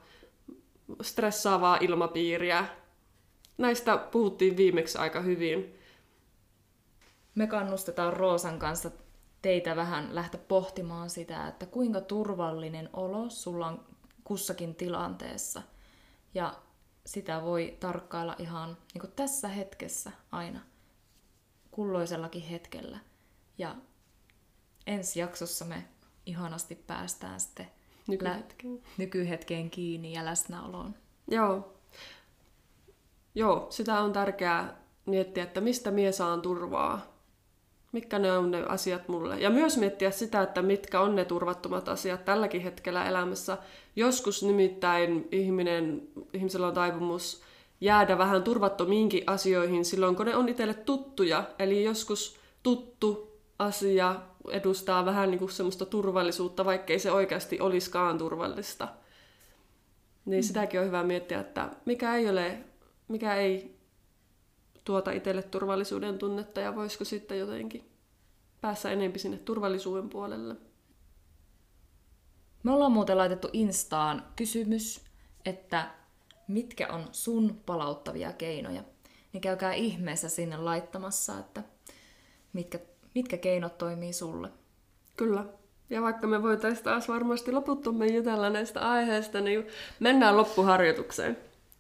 stressaavaa ilmapiiriä? Näistä puhuttiin viimeksi aika hyvin. me kannustetaan Roosan kanssa teitä vähän lähteä pohtimaan sitä, että kuinka turvallinen olo sulla on kussakin tilanteessa. Ja sitä voi tarkkailla ihan niin kuin tässä hetkessä aina, kulloisellakin hetkellä. Ja ensi jaksossa me ihanasti päästään sitten nykyhetkeen kiinni ja läsnäoloon. Joo, sitä on tärkeää miettiä, että mistä mie saan turvaa. Mitkä ne on ne asiat mulle. Ja myös miettiä sitä, että mitkä on ne turvattomat asiat tälläkin hetkellä elämässä. Joskus nimittäin ihmisellä on taipumus jäädä vähän turvattomiinkin asioihin silloin, kun ne on itselle tuttuja. Eli joskus tuttu asia edustaa vähän niin kuin semmoista turvallisuutta, vaikkei se oikeasti olisikaan turvallista. Niin sitäkin on hyvä miettiä, että mikä ei tuota itselle turvallisuuden tunnetta ja voisiko sitten jotenkin päässä enemmän sinne turvallisuuden puolelle. Me ollaan muuten laitettu Instaan kysymys, että mitkä on sun palauttavia keinoja. Niin käykää ihmeessä sinne laittamassa, että mitkä keinot toimii sulle. Kyllä. Ja vaikka me voitaisiin taas varmasti loputtomiin jutella näistä aiheista, niin mennään loppuharjoitukseen.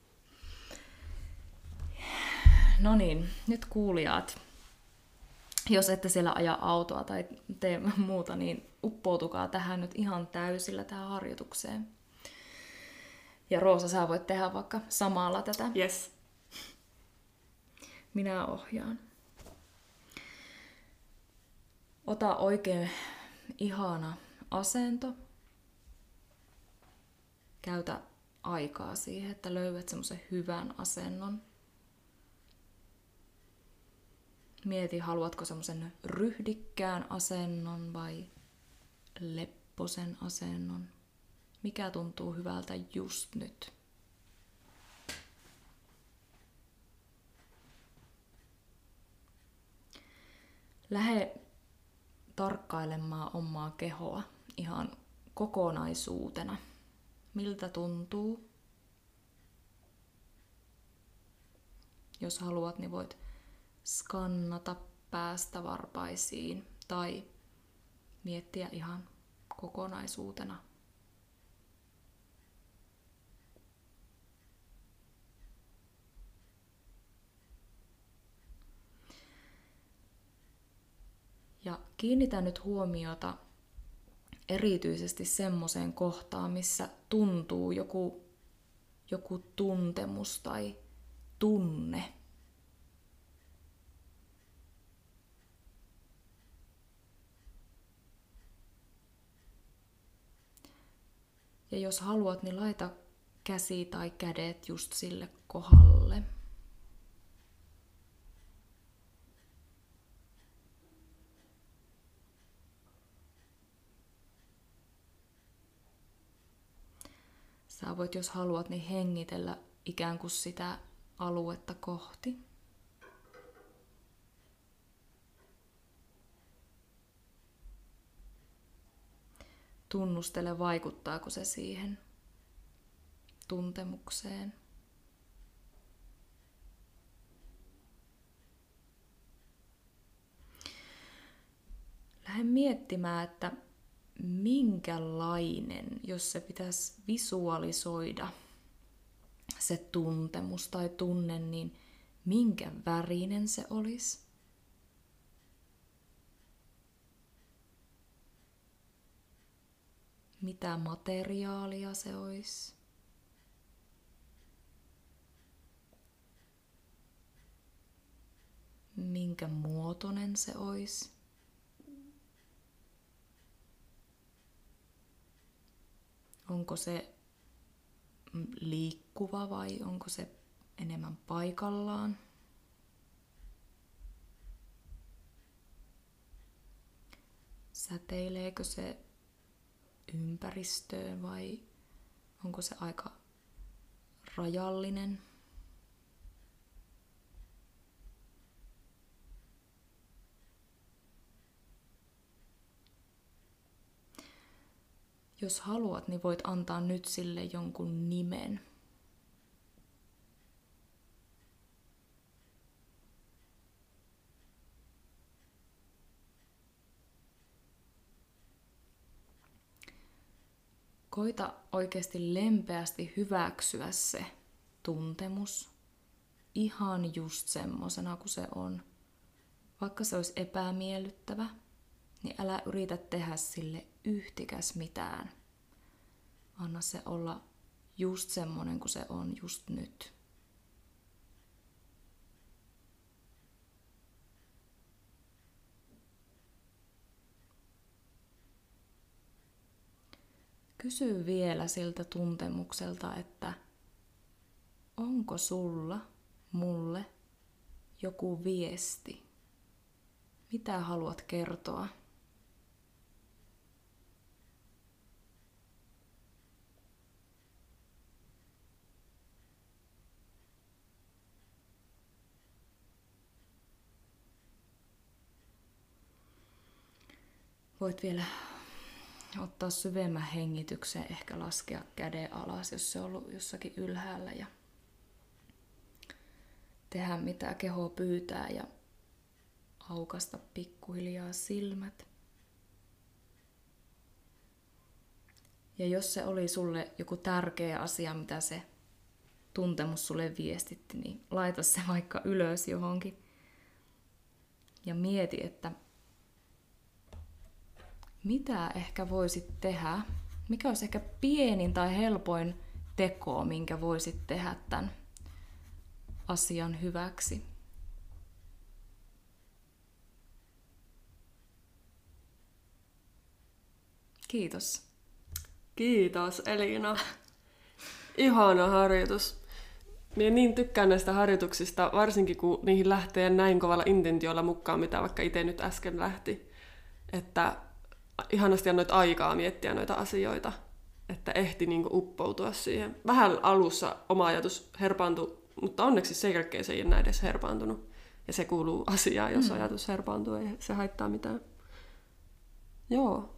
No niin, nyt kuulijat. Jos ette siellä aja autoa tai tee muuta, niin uppoutukaa tähän nyt ihan täysillä tähän harjoitukseen. Ja Roosa, sä voit tehdä vaikka samalla tätä. Yes. Minä ohjaan. Ota oikein ihana asento. Käytä aikaa siihen, että löydät semmoisen hyvän asennon. Mieti, haluatko semmoisen ryhdikkään asennon vai lepposen asennon. Mikä tuntuu hyvältä just nyt? Lähde tarkkailemaan omaa kehoa ihan kokonaisuutena. Miltä tuntuu? Jos haluat, niin voit skannata päästä varpaisiin tai miettiä ihan kokonaisuutena. Ja kiinnitä nyt huomiota erityisesti semmoiseen kohtaan, missä tuntuu joku tuntemus tai tunne. Ja jos haluat, niin laita käsi tai kädet just sille kohdalle. Sä voit, jos haluat, niin hengitellä ikään kuin sitä aluetta kohti. Tunnustele, vaikuttaako se siihen tuntemukseen. Lähde miettimään, että minkälainen, jos se pitäisi visualisoida se tuntemus tai tunne, niin minkä värinen se olisi? Mitä materiaalia se olisi? Minkä muotoinen se olisi? Onko se liikkuva vai onko se enemmän paikallaan? Säteileekö se ympäristöön vai onko se aika rajallinen? Jos haluat, niin voit antaa nyt sille jonkun nimen. Koita oikeasti lempeästi hyväksyä se tuntemus ihan just semmosena kuin se on. Vaikka se olisi epämiellyttävä, niin älä yritä tehdä sille yhtikäs mitään. Anna se olla just semmonen kuin se on just nyt. Kysy vielä siltä tuntemukselta, että onko sulla mulle joku viesti? Mitä haluat kertoa? Voit vielä ottaa syvemmän hengityksen, ehkä laskea käden alas, jos se on ollut jossakin ylhäällä ja tehdä mitä keho pyytää ja aukasta pikkuhiljaa silmät. Ja jos se oli sulle joku tärkeä asia, mitä se tuntemus sulle viestitti, niin laita se vaikka ylös johonkin ja mieti, että mitä ehkä voisit tehdä, mikä olisi ehkä pienin tai helpoin teko, minkä voisit tehdä tämän asian hyväksi. Kiitos. Kiitos Elina. Ihana harjoitus. Minä niin tykkään näistä harjoituksista, varsinkin kun niihin lähtee näin kovalla intentiolla mukaan, mitä vaikka itse nyt äsken lähti. Että ihanasti annoit aikaa miettiä noita asioita, että ehti niinku uppoutua siihen. Vähän alussa oma ajatus herpaantui, mutta onneksi sen jälkeen se ei enää edes herpaantunut. Ja se kuuluu asiaan, jos ajatus herpaantuu, ei se haittaa mitään. Joo.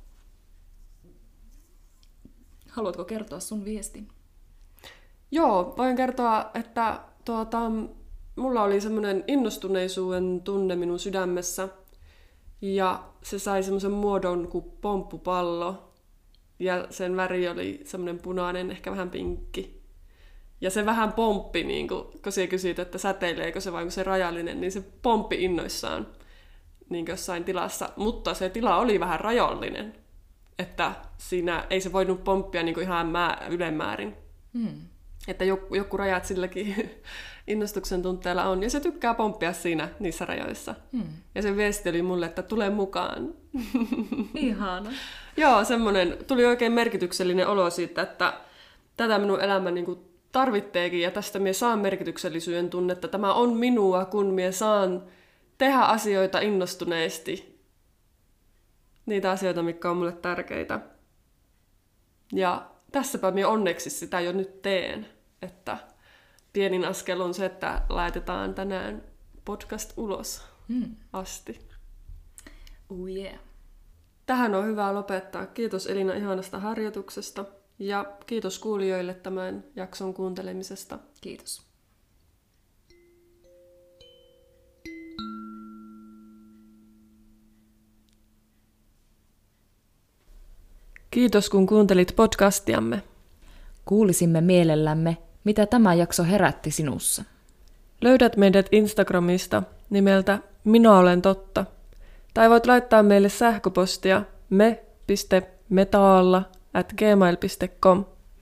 Haluatko kertoa sun viestin? Joo, voin kertoa, että mulla oli semmoinen innostuneisuuden tunne minun sydämessä. Ja se sai semmoisen muodon kuin pomppupallo. Ja sen väri oli semmoinen punainen, ehkä vähän pinkki. Ja se vähän pomppi, niin kun sinä kysyit, että säteileekö se vai onko se rajallinen, niin se pomppi innoissaan niin jossain tilassa. Mutta se tila oli vähän rajallinen. Että siinä ei se voinut pomppia niin ihan ylemmäärin. Että joku rajat silläkin innostuksen tunteella on. Ja se tykkää pomppia siinä niissä rajoissa. Ja se viesti oli mulle, että tule mukaan. Ihana. Joo, semmoinen tuli oikein merkityksellinen olo siitä, että tätä minun elämä niin kuin tarvitteekin. Ja tästä minä saan merkityksellisyyden tunnetta. Tämä on minua, kun minä saan tehdä asioita innostuneesti. Niitä asioita, mitkä on mulle tärkeitä. Ja tässäpä minä onneksi sitä jo nyt teen, että pienin askel on se, että laitetaan tänään podcast ulos asti. Oh yeah. Tähän on hyvä lopettaa. Kiitos Elina ihanasta harjoituksesta ja kiitos kuulijoille tämän jakson kuuntelemisesta. Kiitos. Kiitos kun kuuntelit podcastiamme. Kuulisimme mielellämme, mitä tämä jakso herätti sinussa. Löydät meidät Instagramista nimeltä Minä olen totta. Tai voit laittaa meille sähköpostia me.metaalla@gmail.com.